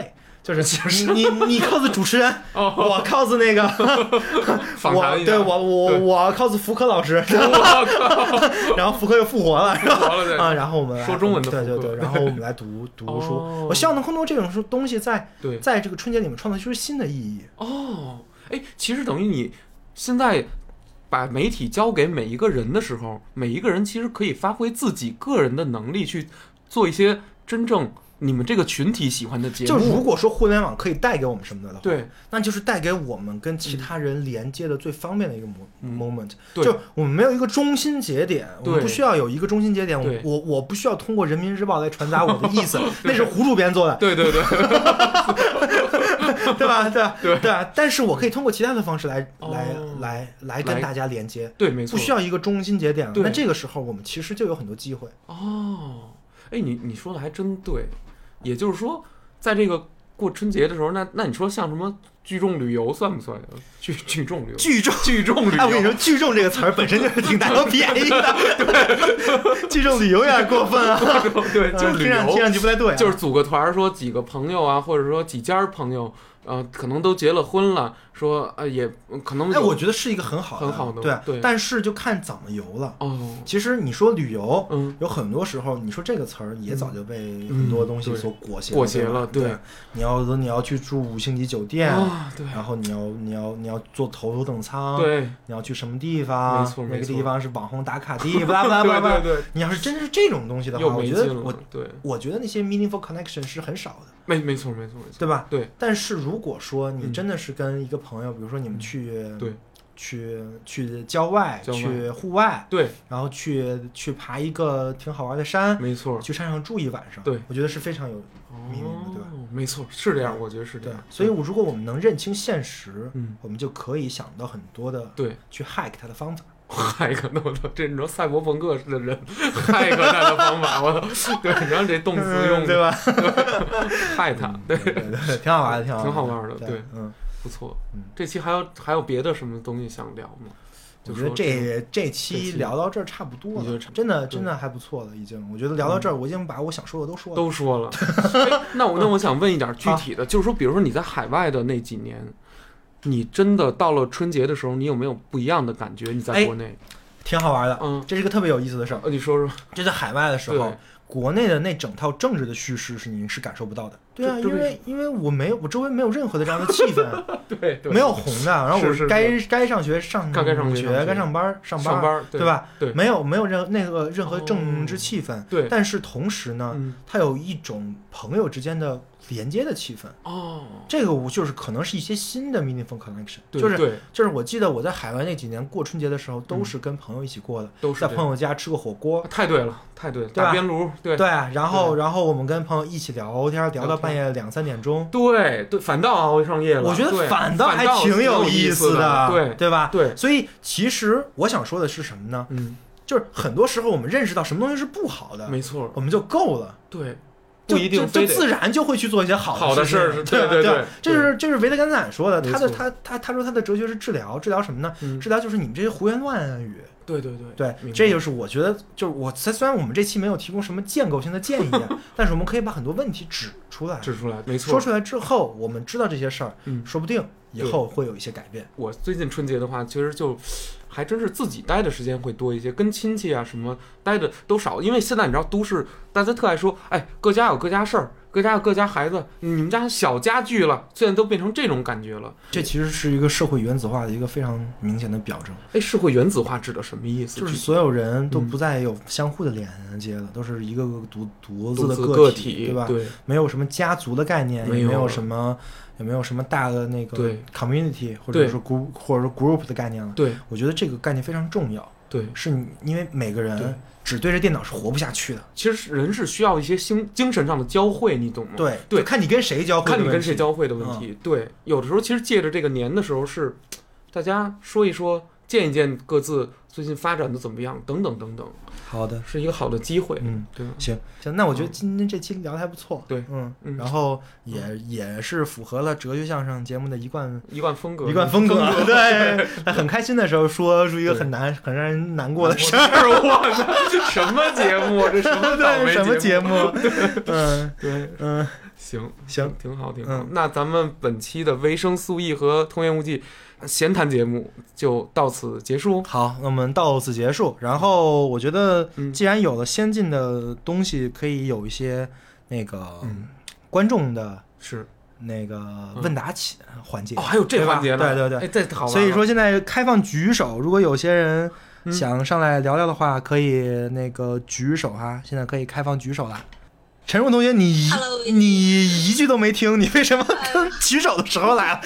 S1: 就是你你你 cos 主持人，我 cos 那个，我对我我我 cos 福柯老师，然后福柯又复活了，啊，然后我们
S2: 说中文的，
S1: 对对对，然后我们来读读书，我希望能通过这种东西在在这个春节里面创造出新的意义。
S2: 哦，哎，其实等于你现在把媒体交给每一个人的时候，每一个人其实可以发挥自己个人的能力去做一些真正你们这个群体喜欢的节目。
S1: 就如果说互联网可以带给我们什么的话，
S2: 对，
S1: 那就是带给我们跟其他人连接的最方便的一个 moment。
S2: 对，
S1: 就我们没有一个中心节点，我们不需要有一个中心节点。我我不需要通过人民日报来传达我的意思，那是胡主编做的。
S2: 对对对，
S1: 对吧？对吧？对对吧？但是我可以通过其他的方式来、哦、来来来跟大家连接。
S2: 对，没错，
S1: 不需要一个中心节点。那这个时候我们其实就有很多机会。
S2: 哦，哎，你你说的还真对。也就是说，在这个过春节的时候，那那你说像什么聚众旅游算不算呀？聚聚众旅游，
S1: 聚众
S2: 聚众旅游。
S1: 哎，我跟你说，聚众这个词儿本身就是挺占我便宜的。对，聚众旅游有点过分啊。
S2: 对，就是旅游，
S1: 听上去不太对、啊。
S2: 就是组个团，说几个朋友啊，或者说几家朋友。呃，可能都结了婚了，说呃也可能。
S1: 哎，我觉得是一个很好的，
S2: 很好的，
S1: 对
S2: 对。
S1: 但是就看怎么游了。
S2: 哦，
S1: 其实你说旅游，
S2: 嗯，
S1: 有很多时候你说这个词儿也早就被很多东西所裹挟
S2: 裹挟了，
S1: 对。你要你要去住五星级酒店，
S2: 啊，对。
S1: 然后你要你要你要坐头头等舱，
S2: 对。
S1: 你要去什么地方？
S2: 没错，
S1: 那个地方是网红打卡地，巴拉巴拉巴拉。
S2: 对对对。
S1: 你要是真是这种东西的话，我觉得我
S2: 对，
S1: 我觉得那些 meaningful connection 是很少的。
S2: 没没错没错没错，
S1: 对吧？
S2: 对。
S1: 但是如果说你真的是跟一个朋友，嗯、比如说你们去，
S2: 对，
S1: 去去郊外，
S2: 郊外
S1: 去户外，
S2: 对，
S1: 然后去去爬一个挺好玩的山，
S2: 没错，
S1: 去山上住一晚上，
S2: 对，
S1: 我觉得是非常有秘密的，
S2: 哦、
S1: 对吧？
S2: 没错，是这样，我觉得是这样。
S1: 所以，我如果我们能认清现实，
S2: 嗯，
S1: 我们就可以想到很多的
S2: 对
S1: 去 hack 它的方法。
S2: hack 那我这你说赛博朋克式的人 hack 他的方法，我对，你让这动词用、
S1: 嗯、对吧？
S2: 害他，对
S1: 对对，挺好玩的，挺好
S2: 挺好玩的，
S1: 对，
S2: 对，
S1: 嗯，
S2: 不错。
S1: 嗯，
S2: 这期还有还有别的什么东西想聊吗？
S1: 我觉得这这期聊到这儿差不多了，真的真的还不错了，已经。我觉得聊到这儿，我已经把我想说的都说了，
S2: 都说了。哎，那我那我想问一点具体的，就是说，比如说你在海外的那几年，你真的到了春节的时候，你有没有不一样的感觉？你在国内？
S1: 哎挺好玩的，
S2: 嗯，
S1: 这是一个特别有意思的事儿。
S2: 呃，你说说，
S1: 这在海外的时候，国内的那整套政治的叙事是你是感受不到的。对啊，因为因为我没有，我周围没有任何的这样的气氛，
S2: 对，对
S1: 没有红的。然后我该该上学上
S2: 该上
S1: 学，该上班上
S2: 班，
S1: 班，
S2: 对
S1: 吧？
S2: 对，
S1: 没有没有任那个任何政治气氛。
S2: 对，
S1: 但是同时呢，它有一种朋友之间的连接的气氛。
S2: 哦，
S1: 这个我就是可能是一些新的 meaningful connection，
S2: 对
S1: 就是就是我记得我在海外那几年过春节的时候，都是跟朋友一起过的，
S2: 都是
S1: 在朋友家吃个火锅。
S2: 太对了，太对了，
S1: 打
S2: 边炉，对
S1: 对，然后然后我们跟朋友一起聊天，聊到半夜两三点钟。
S2: 对对，反倒熬上夜了。
S1: 我觉得反倒还挺有意思的，对
S2: 对
S1: 吧？
S2: 对，
S1: 所以其实我想说的是什么呢？
S2: 嗯，
S1: 就是很多时候我们认识到什么东西是不好的，
S2: 没错，
S1: 我们就够了。
S2: 对，不一定
S1: 就自然就会去做一些好
S2: 好的事儿，
S1: 对
S2: 对对，
S1: 这是这是维特根斯坦说的，他的他他他说他的哲学是治疗，治疗什么呢？治疗就是你们这些胡言乱语。
S2: 对对
S1: 对对，这就是我觉得，就是我虽然我们这期没有提供什么建构性的建议，但是我们可以把很多问题指出来，
S2: 指出来，没错。
S1: 说出来之后，我们知道这些事儿，嗯，说不定以后会有一些改变。
S2: 我最近春节的话，其实就还真是自己待的时间会多一些，跟亲戚啊什么待的都少，因为现在你知道都市大家特爱说，哎，各家有各家事儿。各家有各家孩子，你们家小家聚了，现在都变成这种感觉了。
S1: 这其实是一个社会原子化的一个非常明显的表征。
S2: 哎，社会原子化指的什么意思？
S1: 就是所有人都不再有相互的连接了，嗯、都是一个个独独自的
S2: 个
S1: 体，
S2: 体
S1: 对吧？
S2: 对，
S1: 没有什么家族的概念，
S2: 也
S1: 没有什么，也没有什么大的那个 community 或者说 group 或者说 group 的概念了。
S2: 对，
S1: 我觉得这个概念非常重要。
S2: 对，
S1: 是你因为每个人只对着电脑是活不下去的。
S2: 其实人是需要一些精精神上的交汇，你懂吗？
S1: 对
S2: 对，
S1: 看你跟谁交汇，
S2: 看你跟谁交汇的问题。嗯、对，有的时候其实借着这个年的时候是，大家说一说，见一见各自最近发展的怎么样，等等等等。
S1: 好的，
S2: 是一个好的机会。
S1: 嗯，
S2: 对，
S1: 行行，那我觉得今天这期聊得还不错。
S2: 对，
S1: 嗯，
S2: 嗯
S1: 然后也、嗯、也是符合了哲学相声节目的一贯
S2: 一贯风格，
S1: 一贯风格。对，他很开心的时候说出一个很难很让人难过的事儿。
S2: 我操，什么节目？这什么倒霉
S1: 什么节目？嗯，
S2: 对，
S1: 嗯，
S2: 行
S1: 行，
S2: 挺好挺好、
S1: 嗯。
S2: 那咱们本期的维生素 E 和童言无忌闲谈节目就到此结束。
S1: 好，那我们到此结束。然后我觉得，既然有了先进的东西，可以有一些那个观众的
S2: 是
S1: 那个问答起环节、
S2: 嗯、哦，还有这环节呢？
S1: 对对对，
S2: 哎，这好玩。
S1: 所以说现在开放举手，如果有些人想上来聊聊的话，可以那个举手哈。现在可以开放举手了。陈若同学，你一你一句都没听，你为什么跟举手的时候来了？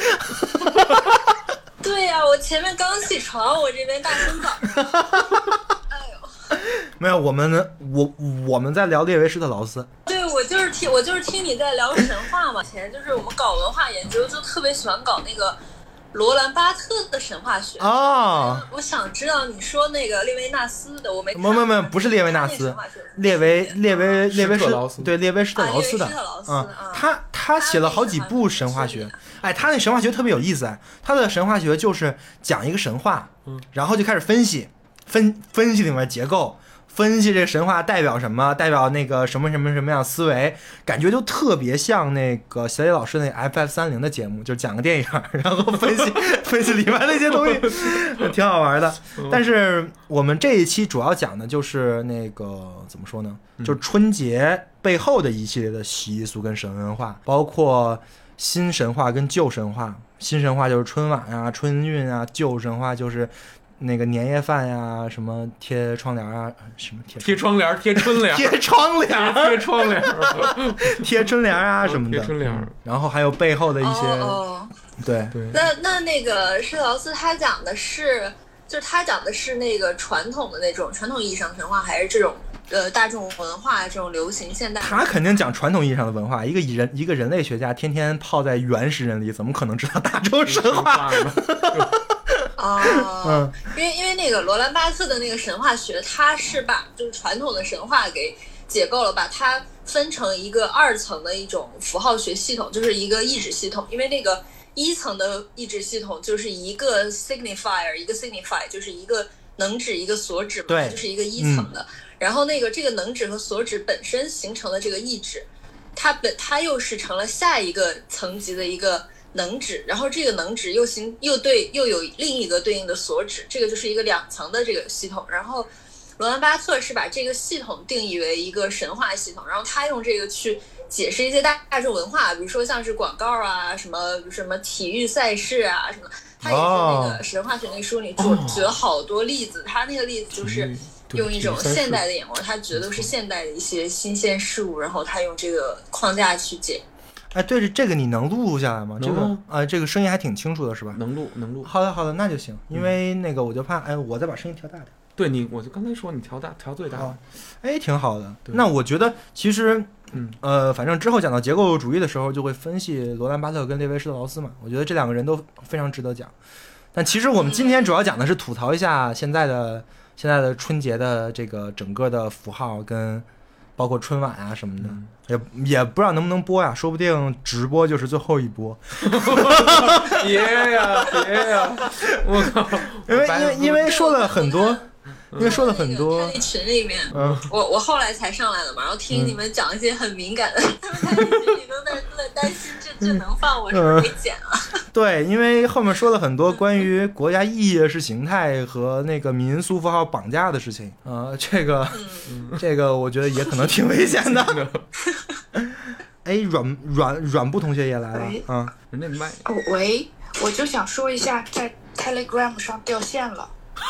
S3: 对呀、啊，我前面刚起床，我这边大清早。哎呦，
S1: 没有，我们我我们在聊列维施特劳斯。
S3: 对，我就是听我就是听你在聊神话嘛。以前就是我们搞文化研究，就特别喜欢搞那个罗兰巴特的神话学
S1: 啊、哦。
S3: 我想知道你说那个列维纳斯的，我没看。
S1: 没没没，不是列维纳斯，列维列维列维施对列维施特劳斯的。
S3: 嗯，
S1: 他他写了好几部神话学。哎，他那神话学特别有意思哎，他的神话学就是讲一个神话，
S2: 嗯，
S1: 然后就开始分析，分分析里面结构，分析这个神话代表什么，代表那个什么什么什么样的思维，感觉就特别像那个小李老师那 F F 三十 的节目，就讲个电影，然后分析分析里面那些东西，挺好玩的。但是我们这一期主要讲的就是那个怎么说呢，就是春节背后的一系列的习俗跟神文化，包括新神话跟旧神话。新神话就是春晚啊、春运啊，旧神话就是那个年夜饭呀，什么贴窗帘啊，什么贴
S2: 贴窗帘、贴春联、
S1: 贴窗帘、
S2: 贴窗帘、
S1: 贴春联啊什么的。
S2: 贴春联，
S1: 然后还有背后的一些，
S3: 哦、
S1: 对
S2: 对。
S3: 那那那个施劳斯他讲的是，就是他讲的是那个传统的那种传统意义上的神话，还是这种？呃，大众文化这种流行现代，
S1: 他肯定讲传统意义上的文化。一个人一个人类学家天天泡在原始人里，怎么可能知道大众神话呢？
S3: 哦，嗯，因为因为那个罗兰巴特的那个神话学，他是把就是传统的神话给解构了，把它分成一个二层的一种符号学系统，就是一个意志系统。因为那个一层的意志系统就是一个 signifier， 一个 signify， 就是一个能指一个所指嘛，
S1: 对，
S3: 就是一个一层的。嗯，然后那个这个能指和所指本身形成的这个意指，它本它又是成了下一个层级的一个能指，然后这个能指又形又对又有另一个对应的所指，这个就是一个两层的这个系统。然后罗兰巴特是把这个系统定义为一个神话系统，然后他用这个去解释一些大大众文化，比如说像是广告啊，什么什么体育赛事啊什么，他也是那个神话学那个书里举举了好多例子，他那个例子就是用一种现代的眼光，他觉得是现代的一些新鲜事物，然后他用这个框架去解。
S1: 哎，对，这个你能录下来吗？这个啊、呃，这个声音还挺清楚的，是吧？
S2: 能录，能录。
S1: 好的，好的，那就行。因为那个我就怕，哎，我再把声音调大点。
S2: 对你，我就刚才说你调大，调最大。
S1: 哦、哎，挺好的。那我觉得其实，嗯，呃，反正之后讲到结构主义的时候，就会分析罗兰巴特跟列维施特劳斯嘛。我觉得这两个人都非常值得讲。但其实我们今天主要讲的是吐槽一下现在的。现在的春节的这个整个的符号跟包括春晚啊什么的、嗯、也也不知道能不能播呀，说不定直播就是最后一播。
S2: 别呀别呀，我靠！
S1: 因为因为因为说了很多。因为说了很多，
S3: 那群里面，
S1: 嗯，
S3: 我我后来才上来的嘛，然后听你们讲一些很敏感的，他们在群里都在都在担心这这能放我是不是给剪了？
S1: 对，因为后面说了很多关于国家意识形态和那个民俗符号绑架的事情啊、呃，这个、嗯、这个我觉得也可能挺危险的。哎，阮阮阮布同学也来了啊，
S2: 人家麦。
S4: 哦喂，我就想说一下，在 Telegram 上掉线了。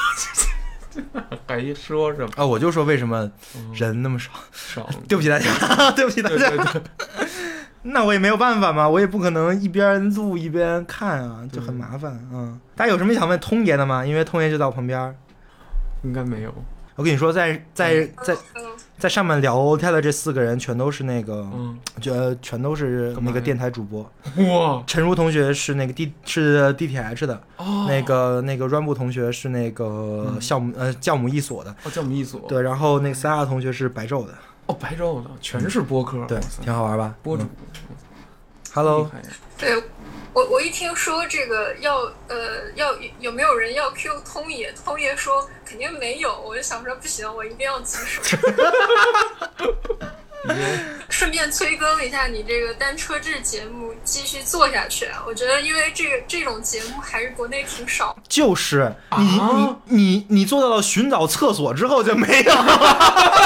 S2: 还说什么
S1: 啊？我就说为什么人那么少？
S2: 少、
S1: 嗯，对不起大家，对不起大家。
S2: 对对对
S1: 那我也没有办法嘛，我也不可能一边录一边看啊，就很麻烦。嗯，大家有什么想问通爷的吗？因为通爷就在我旁边。
S2: 应该没有。
S1: 我跟你说，在在在在上面聊天的这四个人，全都是那个，
S2: 嗯，
S1: 就全都是那个电台主播。
S2: 哇！
S1: 陈如同学是那个 D 是 D T H 的，
S2: 哦，
S1: 那个那个 Rambo 同学是那个酵母、嗯、呃酵母一所的，
S2: 哦，酵母一所。
S1: 对，然后那个 Sarah 同学是白昼的。
S2: 哦，白昼的，全是播客，
S1: 对，挺好玩吧？
S2: 播主。
S1: 嗯、Hello。
S3: 对。我我一听说这个要呃要有没有人要 Q 通爷，通爷说肯定没有，我就想说不行，我一定要举手。 顺便催更一下你这个单车志节目继续做下去啊！我觉得因为这个这种节目还是国内挺少。
S1: 就是你、啊、你你你做到了寻找厕所之后就没有了。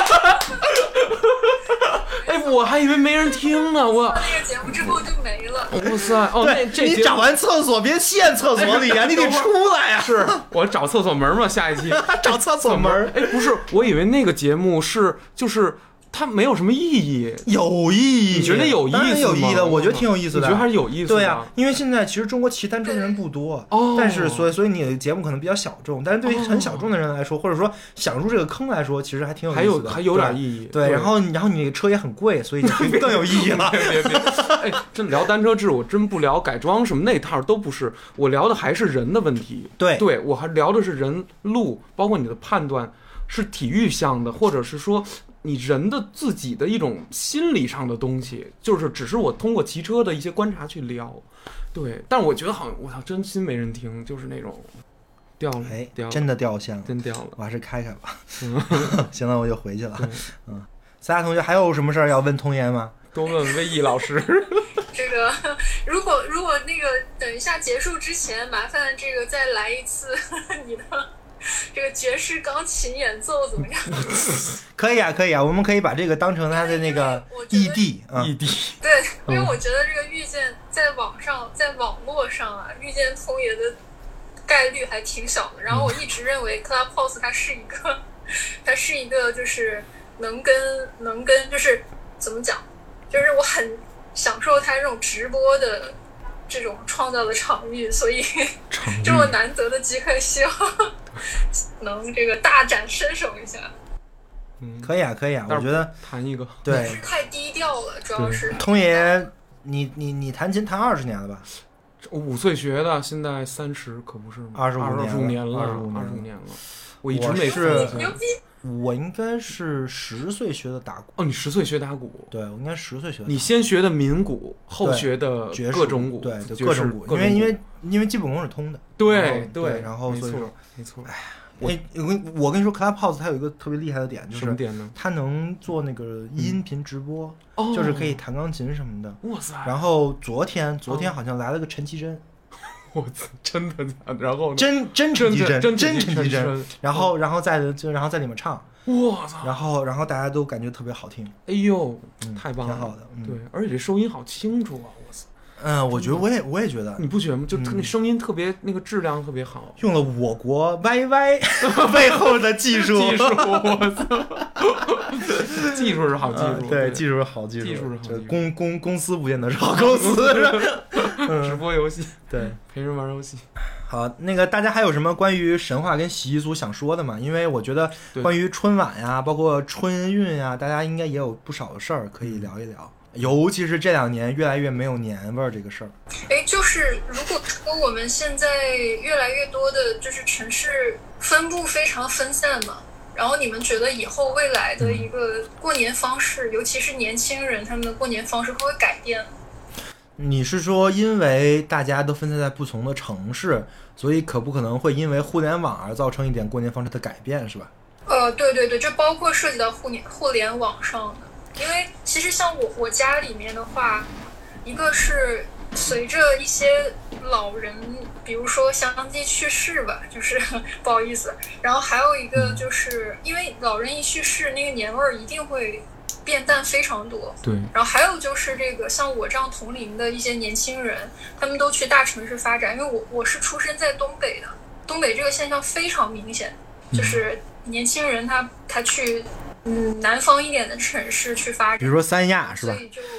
S2: 哎，我还以为没人听呢，我
S3: 那个节目之后就没了。
S2: 哇塞！哦，
S1: 对，
S2: 这
S1: 你找完厕所别陷厕所里啊，你得出来呀、啊。
S2: 是我找厕所门嘛？下一期
S1: 找厕所门。
S2: 哎，不是，我以为那个节目是就是。它没有什么意义，
S1: 有意义？
S2: 你觉得有意思吗？
S1: 当然有意义的，我觉得挺有意思的。
S2: 你觉得还是有意思的？
S1: 对呀、啊，因为现在其实中国骑单车的人不多，
S2: 哦，
S1: 但是所以所以你的节目可能比较小众，但是对于很小众的人来说，哦、或者说想入这个坑来说，其实还挺有意思的，
S2: 还有还有点意义。
S1: 对，对然后然后你车也很贵，所以就更有意义了。
S2: 别别别！哎，真聊单车志，我真不聊改装什么那套都不是，我聊的还是人的问题。
S1: 对
S2: 对，我还聊的是人路，包括你的判断是体育向的，或者是说。你人的自己的一种心理上的东西，就是只是我通过骑车的一些观察去聊，对，但我觉得好像我操，真心没人听，就是那种掉了，
S1: 哎，
S2: 掉了，
S1: 真的掉线了，
S2: 真掉了，
S1: 我还是开开吧。行了，我就回去了。嗯，三亚同学还有什么事儿要问童言吗？
S2: 多问魏毅老师。
S3: 这个，如果如果那个等一下结束之前，麻烦这个再来一次你的。这个爵士钢琴演奏怎么样？
S1: 可以啊，可以啊，我们可以把这个当成他的那个异地啊，
S2: 异地。
S3: 对，因为我觉得这个遇见在网上，在网络上啊，遇见通爷的概率还挺小的。然后我一直认为 Clubhouse 它是一个，它是一个就是能跟能跟就是怎么讲，就是我很享受它这种直播的。这种创造的场域，所以这么难得的机会，希望能这个大展身手一下。
S1: 嗯，可以啊，可以啊，我觉得
S2: 弹一个，
S1: 对，
S3: 太低调了，主要是。
S1: 童爷，你你你弹琴弹二十年了吧？
S2: 五岁学的，现在三十，可不是吗？
S1: 二十五年了，
S2: 二十五年了，
S1: 二十五
S2: 年了。我一直没
S1: 是
S3: 牛逼。
S1: 我应该是十岁学的打鼓。
S2: 哦，你十岁学打鼓？
S1: 对，我应该十岁学的。
S2: 你先学的民鼓，后学的各种鼓，
S1: 对，各种鼓，因为因为因为基本功是通的。
S2: 对
S1: 对，然后所以说
S2: 没错。
S1: 哎，我我跟你说 ，Clubhouse 它有一个特别厉害的点，就是
S2: 什么点呢？
S1: 它能做那个音频直播，就是可以弹钢琴什么的。
S2: 哇塞！
S1: 然后昨天昨天好像来了个陈绮贞。
S2: 我操，真的假的？然后
S1: 真真陈绮贞，真
S2: 陈
S1: 绮贞，然后然后在就然后在里面唱，
S2: 我操！
S1: 然后然后大家都感觉特别好听。
S2: 哎呦，太棒了，
S1: 挺好的。
S2: 对，而且这收音好清楚啊！我操。
S1: 嗯，我觉得我也我也觉得，
S2: 你不觉得吗？就那声音特别，那个质量特别好，
S1: 用了我国 Y Y 背后的技术，
S2: 技术，我操，技术是好技术，
S1: 对，技术是好技术，
S2: 技术是好技术，
S1: 公公公司不见得是好公司，
S2: 直播游戏，
S1: 对，
S2: 陪人玩游戏。
S1: 好，那个大家还有什么关于神话跟习俗想说的吗？因为我觉得关于春晚呀，包括春运呀，大家应该也有不少的事儿可以聊一聊。尤其是这两年越来越没有年味儿这个事儿。
S3: 哎，就是如果说我们现在越来越多的就是城市分布非常分散嘛，然后你们觉得以后未来的一个过年方式，尤其是年轻人他们的过年方式会不会改变？
S1: 你是说因为大家都分散在不同的城市，所以可不可能会因为互联网而造成一点过年方式的改变，是吧？
S3: 呃，对对对，这包括涉及到互联互联网上的。因为其实像我我家里面的话，一个是随着一些老人，比如说相继去世吧，就是不好意思，然后还有一个就是因为老人一去世，那个年味儿一定会变淡非常多。
S2: 对。
S3: 然后还有就是这个像我这样同龄的一些年轻人，他们都去大城市发展，因为我我是出生在东北的，东北这个现象非常明显，就是年轻人他他去。嗯，南方一点的城市去发展，
S1: 比如说三亚是吧？
S3: 所以就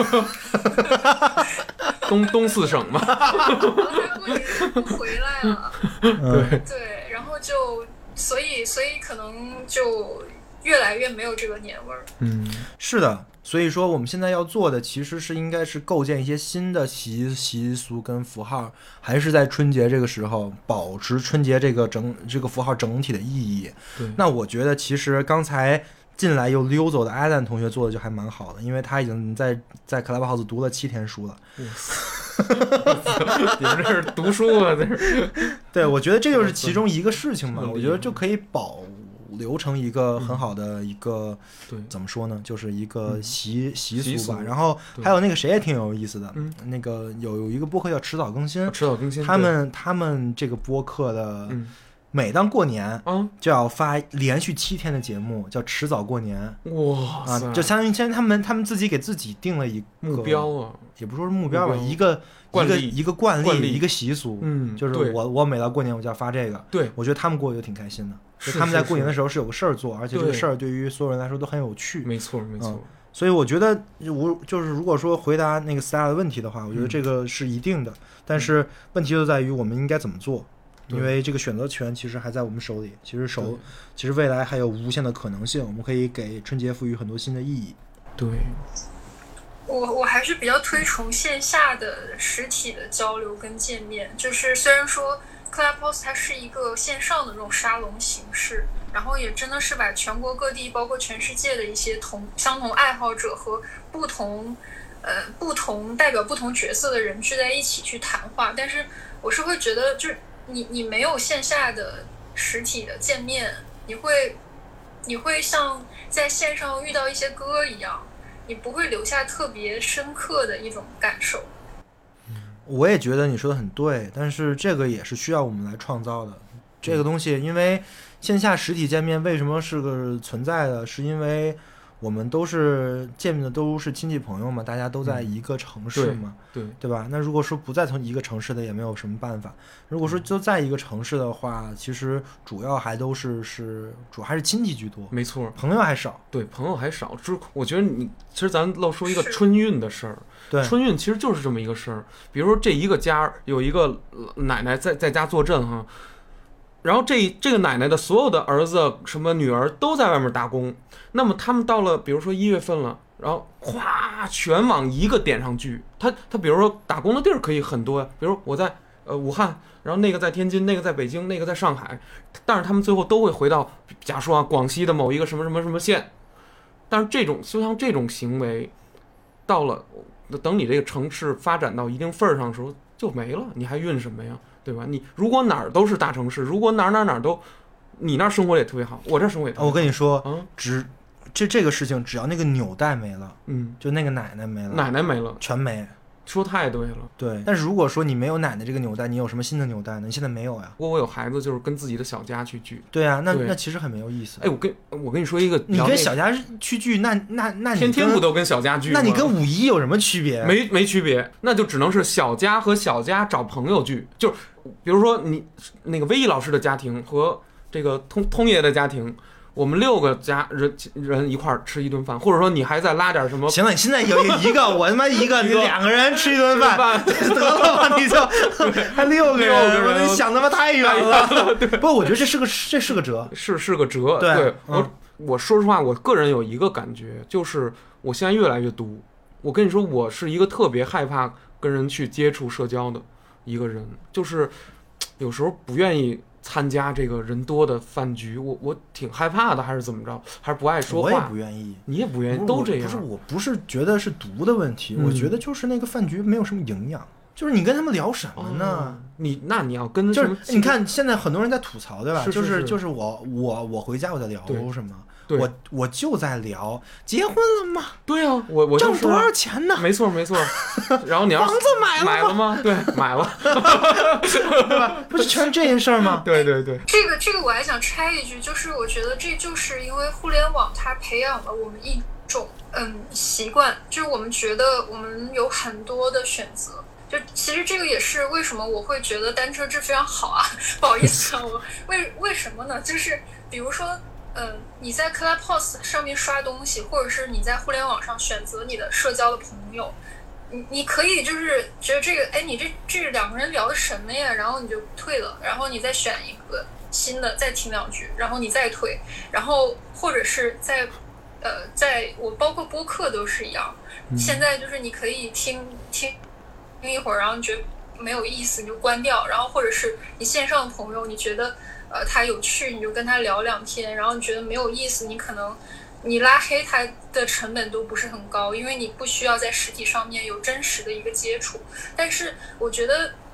S2: 东东四省嘛，
S3: 过年不回来了。
S2: 对
S3: 对，然后就所以所以可能就越来越没有这个年味儿。
S2: 嗯，
S1: 是的。所以说我们现在要做的其实是应该是构建一些新的习习俗跟符号，还是在春节这个时候保持春节这个整这个符号整体的意义。
S2: 对，
S1: 那我觉得其实刚才进来又溜走的艾兰同学做的就还蛮好的，因为他已经在在 Clubhouse 读了七天书了。
S2: 你们这是读书啊？这是？
S1: 对，我觉得这就是其中一个事情嘛。我觉得就可以保留成一个很好的一个，
S2: 对、嗯，
S1: 怎么说呢，就是一个习、嗯、习俗吧。
S2: 俗
S1: 然后还有那个谁也挺有意思的，嗯、那个有有一个播客叫迟早更新，
S2: 迟早更新，
S1: 他们他们这个播客的。
S2: 嗯，
S1: 每当过年，
S2: 嗯，
S1: 就要发连续七天的节目，叫迟早过年。
S2: 哇
S1: 啊，就相当于现在他们他们自己给自己定了一个
S2: 目标啊，
S1: 也不说是目标吧，一个
S2: 惯例
S1: 一个一个惯例，
S2: 惯例
S1: 一个习俗。
S2: 嗯，
S1: 就是我我每到过年我就要发这个。
S2: 对，
S1: 我觉得他们过得就挺开心的。
S2: 是
S1: 他们在过年的时候是有个事儿做，
S2: 是
S1: 而且这个事儿对于所有人来说都很有趣。
S2: 没错没错、嗯。
S1: 所以我觉得，我就是如果说回答那个 Stella 的问题的话，我觉得这个是一定的。嗯、但是问题就在于我们应该怎么做。因为这个选择权其实还在我们手里，其实手其实未来还有无限的可能性，我们可以给春节赋予很多新的意义。
S2: 对，
S4: 我我还是比较推崇线下的实体的交流跟见面。就是虽然说 Clubhouse 它是一个线上的这种沙龙形式，然后也真的是把全国各地包括全世界的一些同相同爱好者和不同呃不同代表不同角色的人聚在一起去谈话，但是我是会觉得就是你你没有线下的实体的见面，你会你会像在线上遇到一些歌一样，你不会留下特别深刻的一种感受。
S1: 我也觉得你说的很对，但是这个也是需要我们来创造的。这个东西，因为线下实体见面为什么是个存在的，是因为我们都是见面的都是亲戚朋友嘛，大家都在一个城市嘛，
S2: 嗯、对 对,
S1: 对吧？那如果说不在同一个城市的也没有什么办法。如果说就在一个城市的话，其实主要还都是是主要还是亲戚居多，
S2: 没错，
S1: 朋友还少。
S2: 对，朋友还少。就是我觉得你其实咱漏说一个春运的事儿，
S1: 对，
S2: 春运其实就是这么一个事儿。比如说这一个家有一个奶奶在在家坐镇哈。然后这这个奶奶的所有的儿子什么女儿都在外面打工，那么他们到了比如说一月份了，然后哗全往一个点上聚。他他比如说打工的地儿可以很多，比如我在呃武汉，然后那个在天津，那个在北京，那个在上海，但是他们最后都会回到假如说啊广西的某一个什么什么什么县。但是这种就像这种行为，到了等你这个城市发展到一定份儿上的时候就没了，你还运什么呀？对吧？你如果哪儿都是大城市，如果哪儿哪儿哪儿都，你那儿生活也特别好，我这生活也特别好。
S1: 我跟你说，
S2: 嗯，
S1: 只这这个事情，只要那个纽带没了，
S2: 嗯，
S1: 就那个奶奶没了，
S2: 奶奶没了，
S1: 全没。
S2: 说太对了，
S1: 对。但是如果说你没有奶奶这个纽带，你有什么新的纽带呢？你现在没有呀。
S2: 如果我有孩子，就是跟自己的小家去聚。
S1: 对啊，那那其实很没有意思。
S2: 哎，我跟我跟你说一个，
S1: 你跟小家去聚，那那那你
S2: 天天不都跟小家聚吗？
S1: 那你跟五一有什么区别？
S2: 没没区别，那就只能是小家和小家找朋友聚，就是比如说你那个威毅老师的家庭和这个通通爷的家庭。我们六个家人人一块儿吃一顿饭，或者说你还在拉点什么？
S1: 行了，你现在有一个，我他妈一个，你两个人吃一顿饭，得了吧？你就还六个人，我你想他妈太远了。不过我觉得这是个这是个折，
S2: 是是个折。
S1: 对，
S2: 对
S1: 嗯、
S2: 我我说实话，我个人有一个感觉，就是我现在越来越独。我跟你说，我是一个特别害怕跟人去接触社交的一个人，就是有时候不愿意。参加这个人多的饭局，我我挺害怕的，还是怎么着？还是不爱说话？
S1: 我也不愿意，
S2: 你也不愿意，都这样。
S1: 不是，我不是觉得是毒的问题、嗯，我觉得就是那个饭局没有什么营养，就是你跟他们聊什么呢？
S2: 哦、你那你要跟
S1: 就是你看现在很多人在吐槽，对吧？
S2: 是是是
S1: 就是就是我我我回家我在聊什么？我我就在聊结婚了吗？
S2: 对啊，我我、就是、
S1: 挣多少钱呢？
S2: 没错没错。然后你要
S1: 房子买了吗？
S2: 买了吗？对，买了，
S1: 对吧？不是全是这些事儿吗？
S2: 对对对。
S4: 这个这个我还想插一句，就是我觉得这就是因为互联网它培养了我们一种嗯习惯，就是我们觉得我们有很多的选择。就其实这个也是为什么我会觉得单车志非常好啊，不好意思啊，我为为什么呢？就是比如说。呃，你在 Clubhouse 上面刷东西，或者是你在互联网上选择你的社交的朋友，你你可以就是觉得这个，哎，你这这两个人聊的什么呀？然后你就退了，然后你再选一个新的，再听两句，然后你再退，然后或者是在呃，在我包括播客都是一样，嗯、现在就是你可以听听听一会儿，然后你觉得没有意思你就关掉，然后或者是你线上的朋友，你觉得。呃，他有趣，你就跟他聊两天，然后你觉得没有意思，你可能你拉黑他的成本都不是很高，因为你不需要在实体上面有真实的一个接触。但是我觉得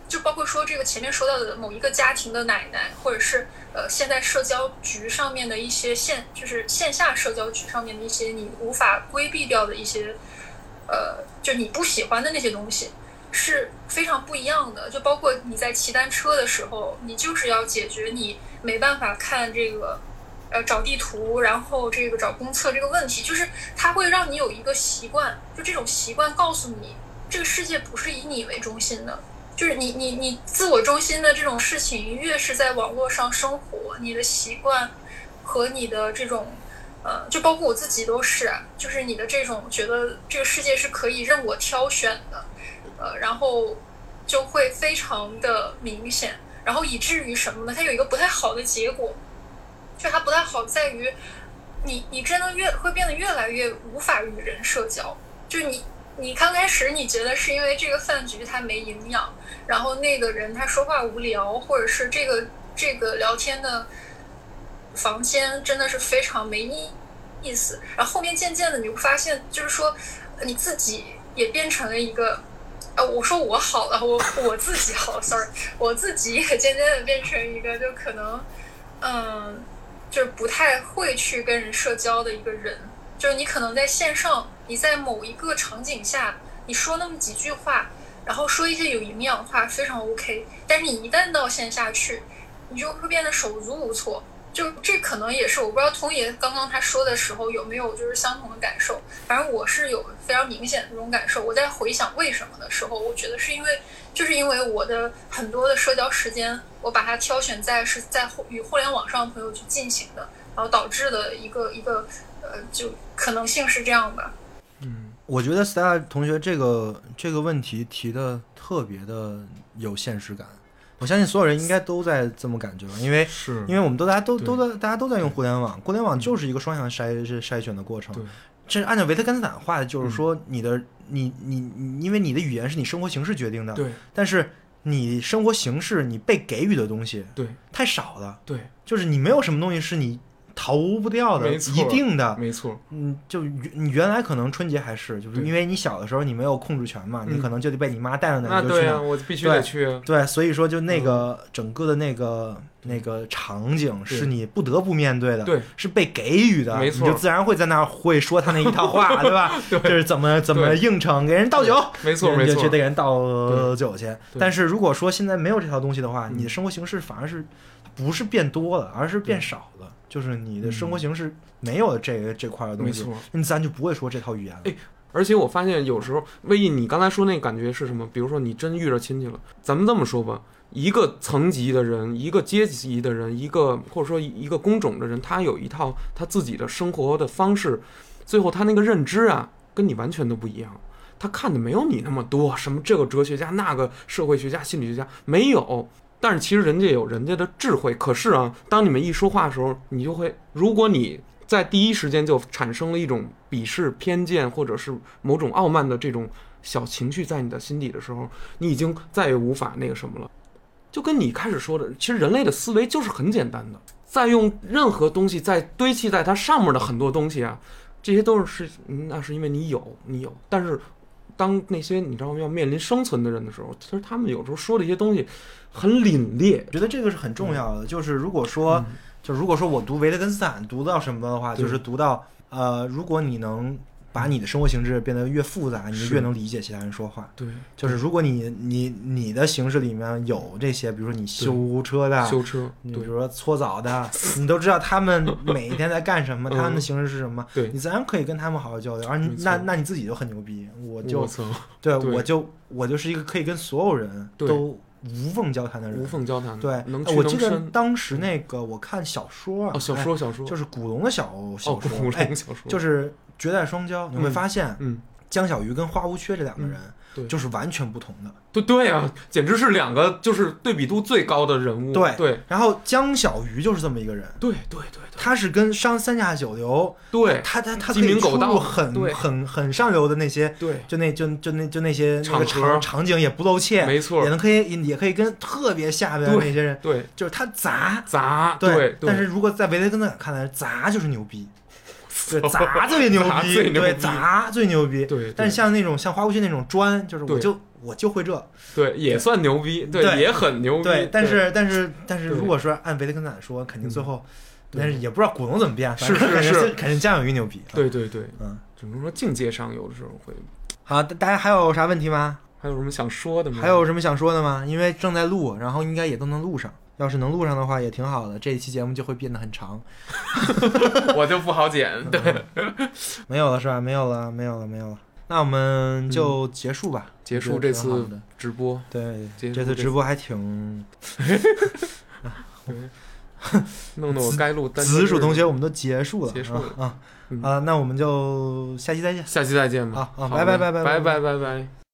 S4: 就包括说这个前面说到的某一个家庭的奶奶，或者是呃现在社交局上面的一些线，就是线下社交局上面的一些你无法规避掉的一些，呃，就你不喜欢的那些东西，是非常不一样的。就包括你在骑单车的时候，你就是要解决你没办法看这个。呃，找地图，然后这个找公厕这个问题，就是它会让你有一个习惯，就这种习惯告诉你，这个世界不是以你为中心的，就是你你你自我中心的这种事情，越是在网络上生活，你的习惯和你的这种，呃，就包括我自己都是，就是你的这种觉得这个世界是可以任我挑选的，呃，然后就会非常的明显，然后以至于什么呢？它有一个不太好的结果。就它不太好在于你你真的越会变得越来越无法与人社交，就是你你刚开始你觉得是因为这个饭局它没营养，然后那个人他说话无聊，或者是这个这个聊天的房间真的是非常没意意思，然后后面渐渐的你会发现，就是说你自己也变成了一个呃，我说我好了，我我自己好 sorry 我自己也渐渐的变成一个就可能嗯就是不太会去跟人社交的一个人，就是你可能在线上，你在某一个场景下，你说那么几句话，然后说一些有营养话，非常 OK。但是你一旦到线下去，你就会变得手足无措。就这可能也是我不知道通爷刚刚他说的时候有没有就是相同的感受，反正我是有非常明显的这种感受。我在回想为什么的时候，我觉得是因为就是因为我的很多的社交时间，我把它挑选在是在与互联网上的朋友去进行的，然后导致的一个一个呃，就可能性是这样吧。
S1: 嗯，我觉得 Stella 同学这个这个问题提的特别的有现实感。我相信所有人应该都在这么感觉吧，因为
S2: 是
S1: 因为我们都大家都都在大家都在用互联网，互联网就是一个双向筛筛选的过程。
S2: 对，
S1: 这按照维特根斯坦话，就是说你的、嗯、你你你，因为你的语言是你生活形式决定的，
S2: 对，
S1: 但是你生活形式你被给予的东西，
S2: 对，
S1: 太少了，
S2: 对，
S1: 就是你没有什么东西是你逃不掉的，一定的，
S2: 没错。
S1: 嗯，就你原来可能春节还是，就是因为你小的时候你没有控制权嘛，你可能就得被你妈带上那
S2: 你
S1: 就去
S2: 了。那对啊，我必须得去。
S1: 对，所以说就那个、嗯、整个的那个那个场景是你不得不面对的，
S2: 对，
S1: 是被给予的，
S2: 没错，
S1: 你就自然会在那儿会说他那一套话，对吧？
S2: 对，
S1: 就是怎么怎么应承，给人倒酒，
S2: 没错没错，
S1: 就得给人倒酒去。但是如果说现在没有这套东西的话，你的生活形式反而是不是变多了，而是变少了。就是你的生活形式没有这个、嗯、这块的东西，
S2: 没错，
S1: 你自然就不会说这套语言了。
S2: 哎，而且我发现有时候，魏毅，你刚才说那感觉是什么？比如说你真遇着亲戚了，咱们这么说吧，一个层级的人，一个阶级的人，一个或者说一个工种的人，他有一套他自己的生活的方式，最后他那个认知啊，跟你完全都不一样。他看的没有你那么多，什么这个哲学家、那个社会学家、心理学家没有。但是其实人家有人家的智慧，可是啊，当你们一说话的时候，你就会，如果你在第一时间就产生了一种鄙视、偏见，或者是某种傲慢的这种小情绪在你的心底的时候，你已经再也无法那个什么了。就跟你开始说的，其实人类的思维就是很简单的，再用任何东西再堆砌在它上面的很多东西啊，这些都是那是因为你有你有，但是当那些你知道要面临生存的人的时候，其实他们有时候说的一些东西很凛冽。
S1: 我觉得这个是很重要的，嗯、就是如果说、嗯，就如果说我读维特根斯坦读到什么的话，就是读到呃，如果你能把你的生活形式变得越复杂，你就越能理解其他人说话。
S2: 对，
S1: 就是如果你你你的形式里面有这些，比如说你修车的，
S2: 修车，
S1: 你比如说搓澡的，你都知道他们每一天在干什么，他们的形式是什么，
S2: 对，
S1: 你自然可以跟他们好好交流。而那那你自己就很牛逼，我就
S2: 我
S1: 对，
S2: 对
S1: 我就我就是一个可以跟所有人都无缝交谈的人，
S2: 无缝交谈，
S1: 对，
S2: 能
S1: 我记得当时那个我看小说，
S2: 哦，小说、哎、小说
S1: 就是古龙的小小说，
S2: 哦、古龙小说、
S1: 哎、就是绝代双骄，你会发现，
S2: 嗯，
S1: 江小鱼跟花无缺这两个人，
S2: 嗯、对，
S1: 就是完全不同的。
S2: 对对啊，简直是两个就是对比度最高的人物。
S1: 对
S2: 对，
S1: 然后江小鱼就是这么一个人。
S2: 对对 对, 对，
S1: 他是跟商三下九流，
S2: 对，
S1: 他他他可以出入很很很上流的那些，
S2: 对，
S1: 就那就就那就那些
S2: 场
S1: 场场景也不露怯，
S2: 没错，
S1: 也能可以也可以跟特别下边的那些人，
S2: 对，
S1: 就是他杂
S2: 杂，
S1: 对,
S2: 对,
S1: 对。但是如果在维特根斯坦看来，杂就是牛逼。对，杂最牛逼，对，杂最牛逼。
S2: 对，
S1: 但是像那种像花无缺那种专，就是我就我就会这，
S2: 对，也算牛逼，对，
S1: 对
S2: 也很牛逼。
S1: 对，但是但是但是如果说按维特根斯坦说，肯定最后，但是也不知道股东怎么变，
S2: 是是是，
S1: 肯定江永鱼牛逼。
S2: 对对对，
S1: 嗯，
S2: 只能说境界上有的时候会。
S1: 好，大家还有啥问题吗？
S2: 还有什么想说的吗？
S1: 还有什么想说的吗？因为正在录，然后应该也都能录上。要是能录上的话，也挺好的。这一期节目就会变得很长，
S2: 我就不好剪。对，
S1: 没有了是吧？没有了，没有了，没有了。那我们就结束吧，
S2: 嗯、结束这次直播。
S1: 对，
S2: 这
S1: 次直播还挺。
S2: 弄得我该录。
S1: 紫薯同学，我们都结束了，
S2: 结束了
S1: 啊啊、嗯呃！那我们就下期再见。
S2: 下期再见吧。
S1: 啊啊！拜拜拜拜
S2: 拜拜拜拜。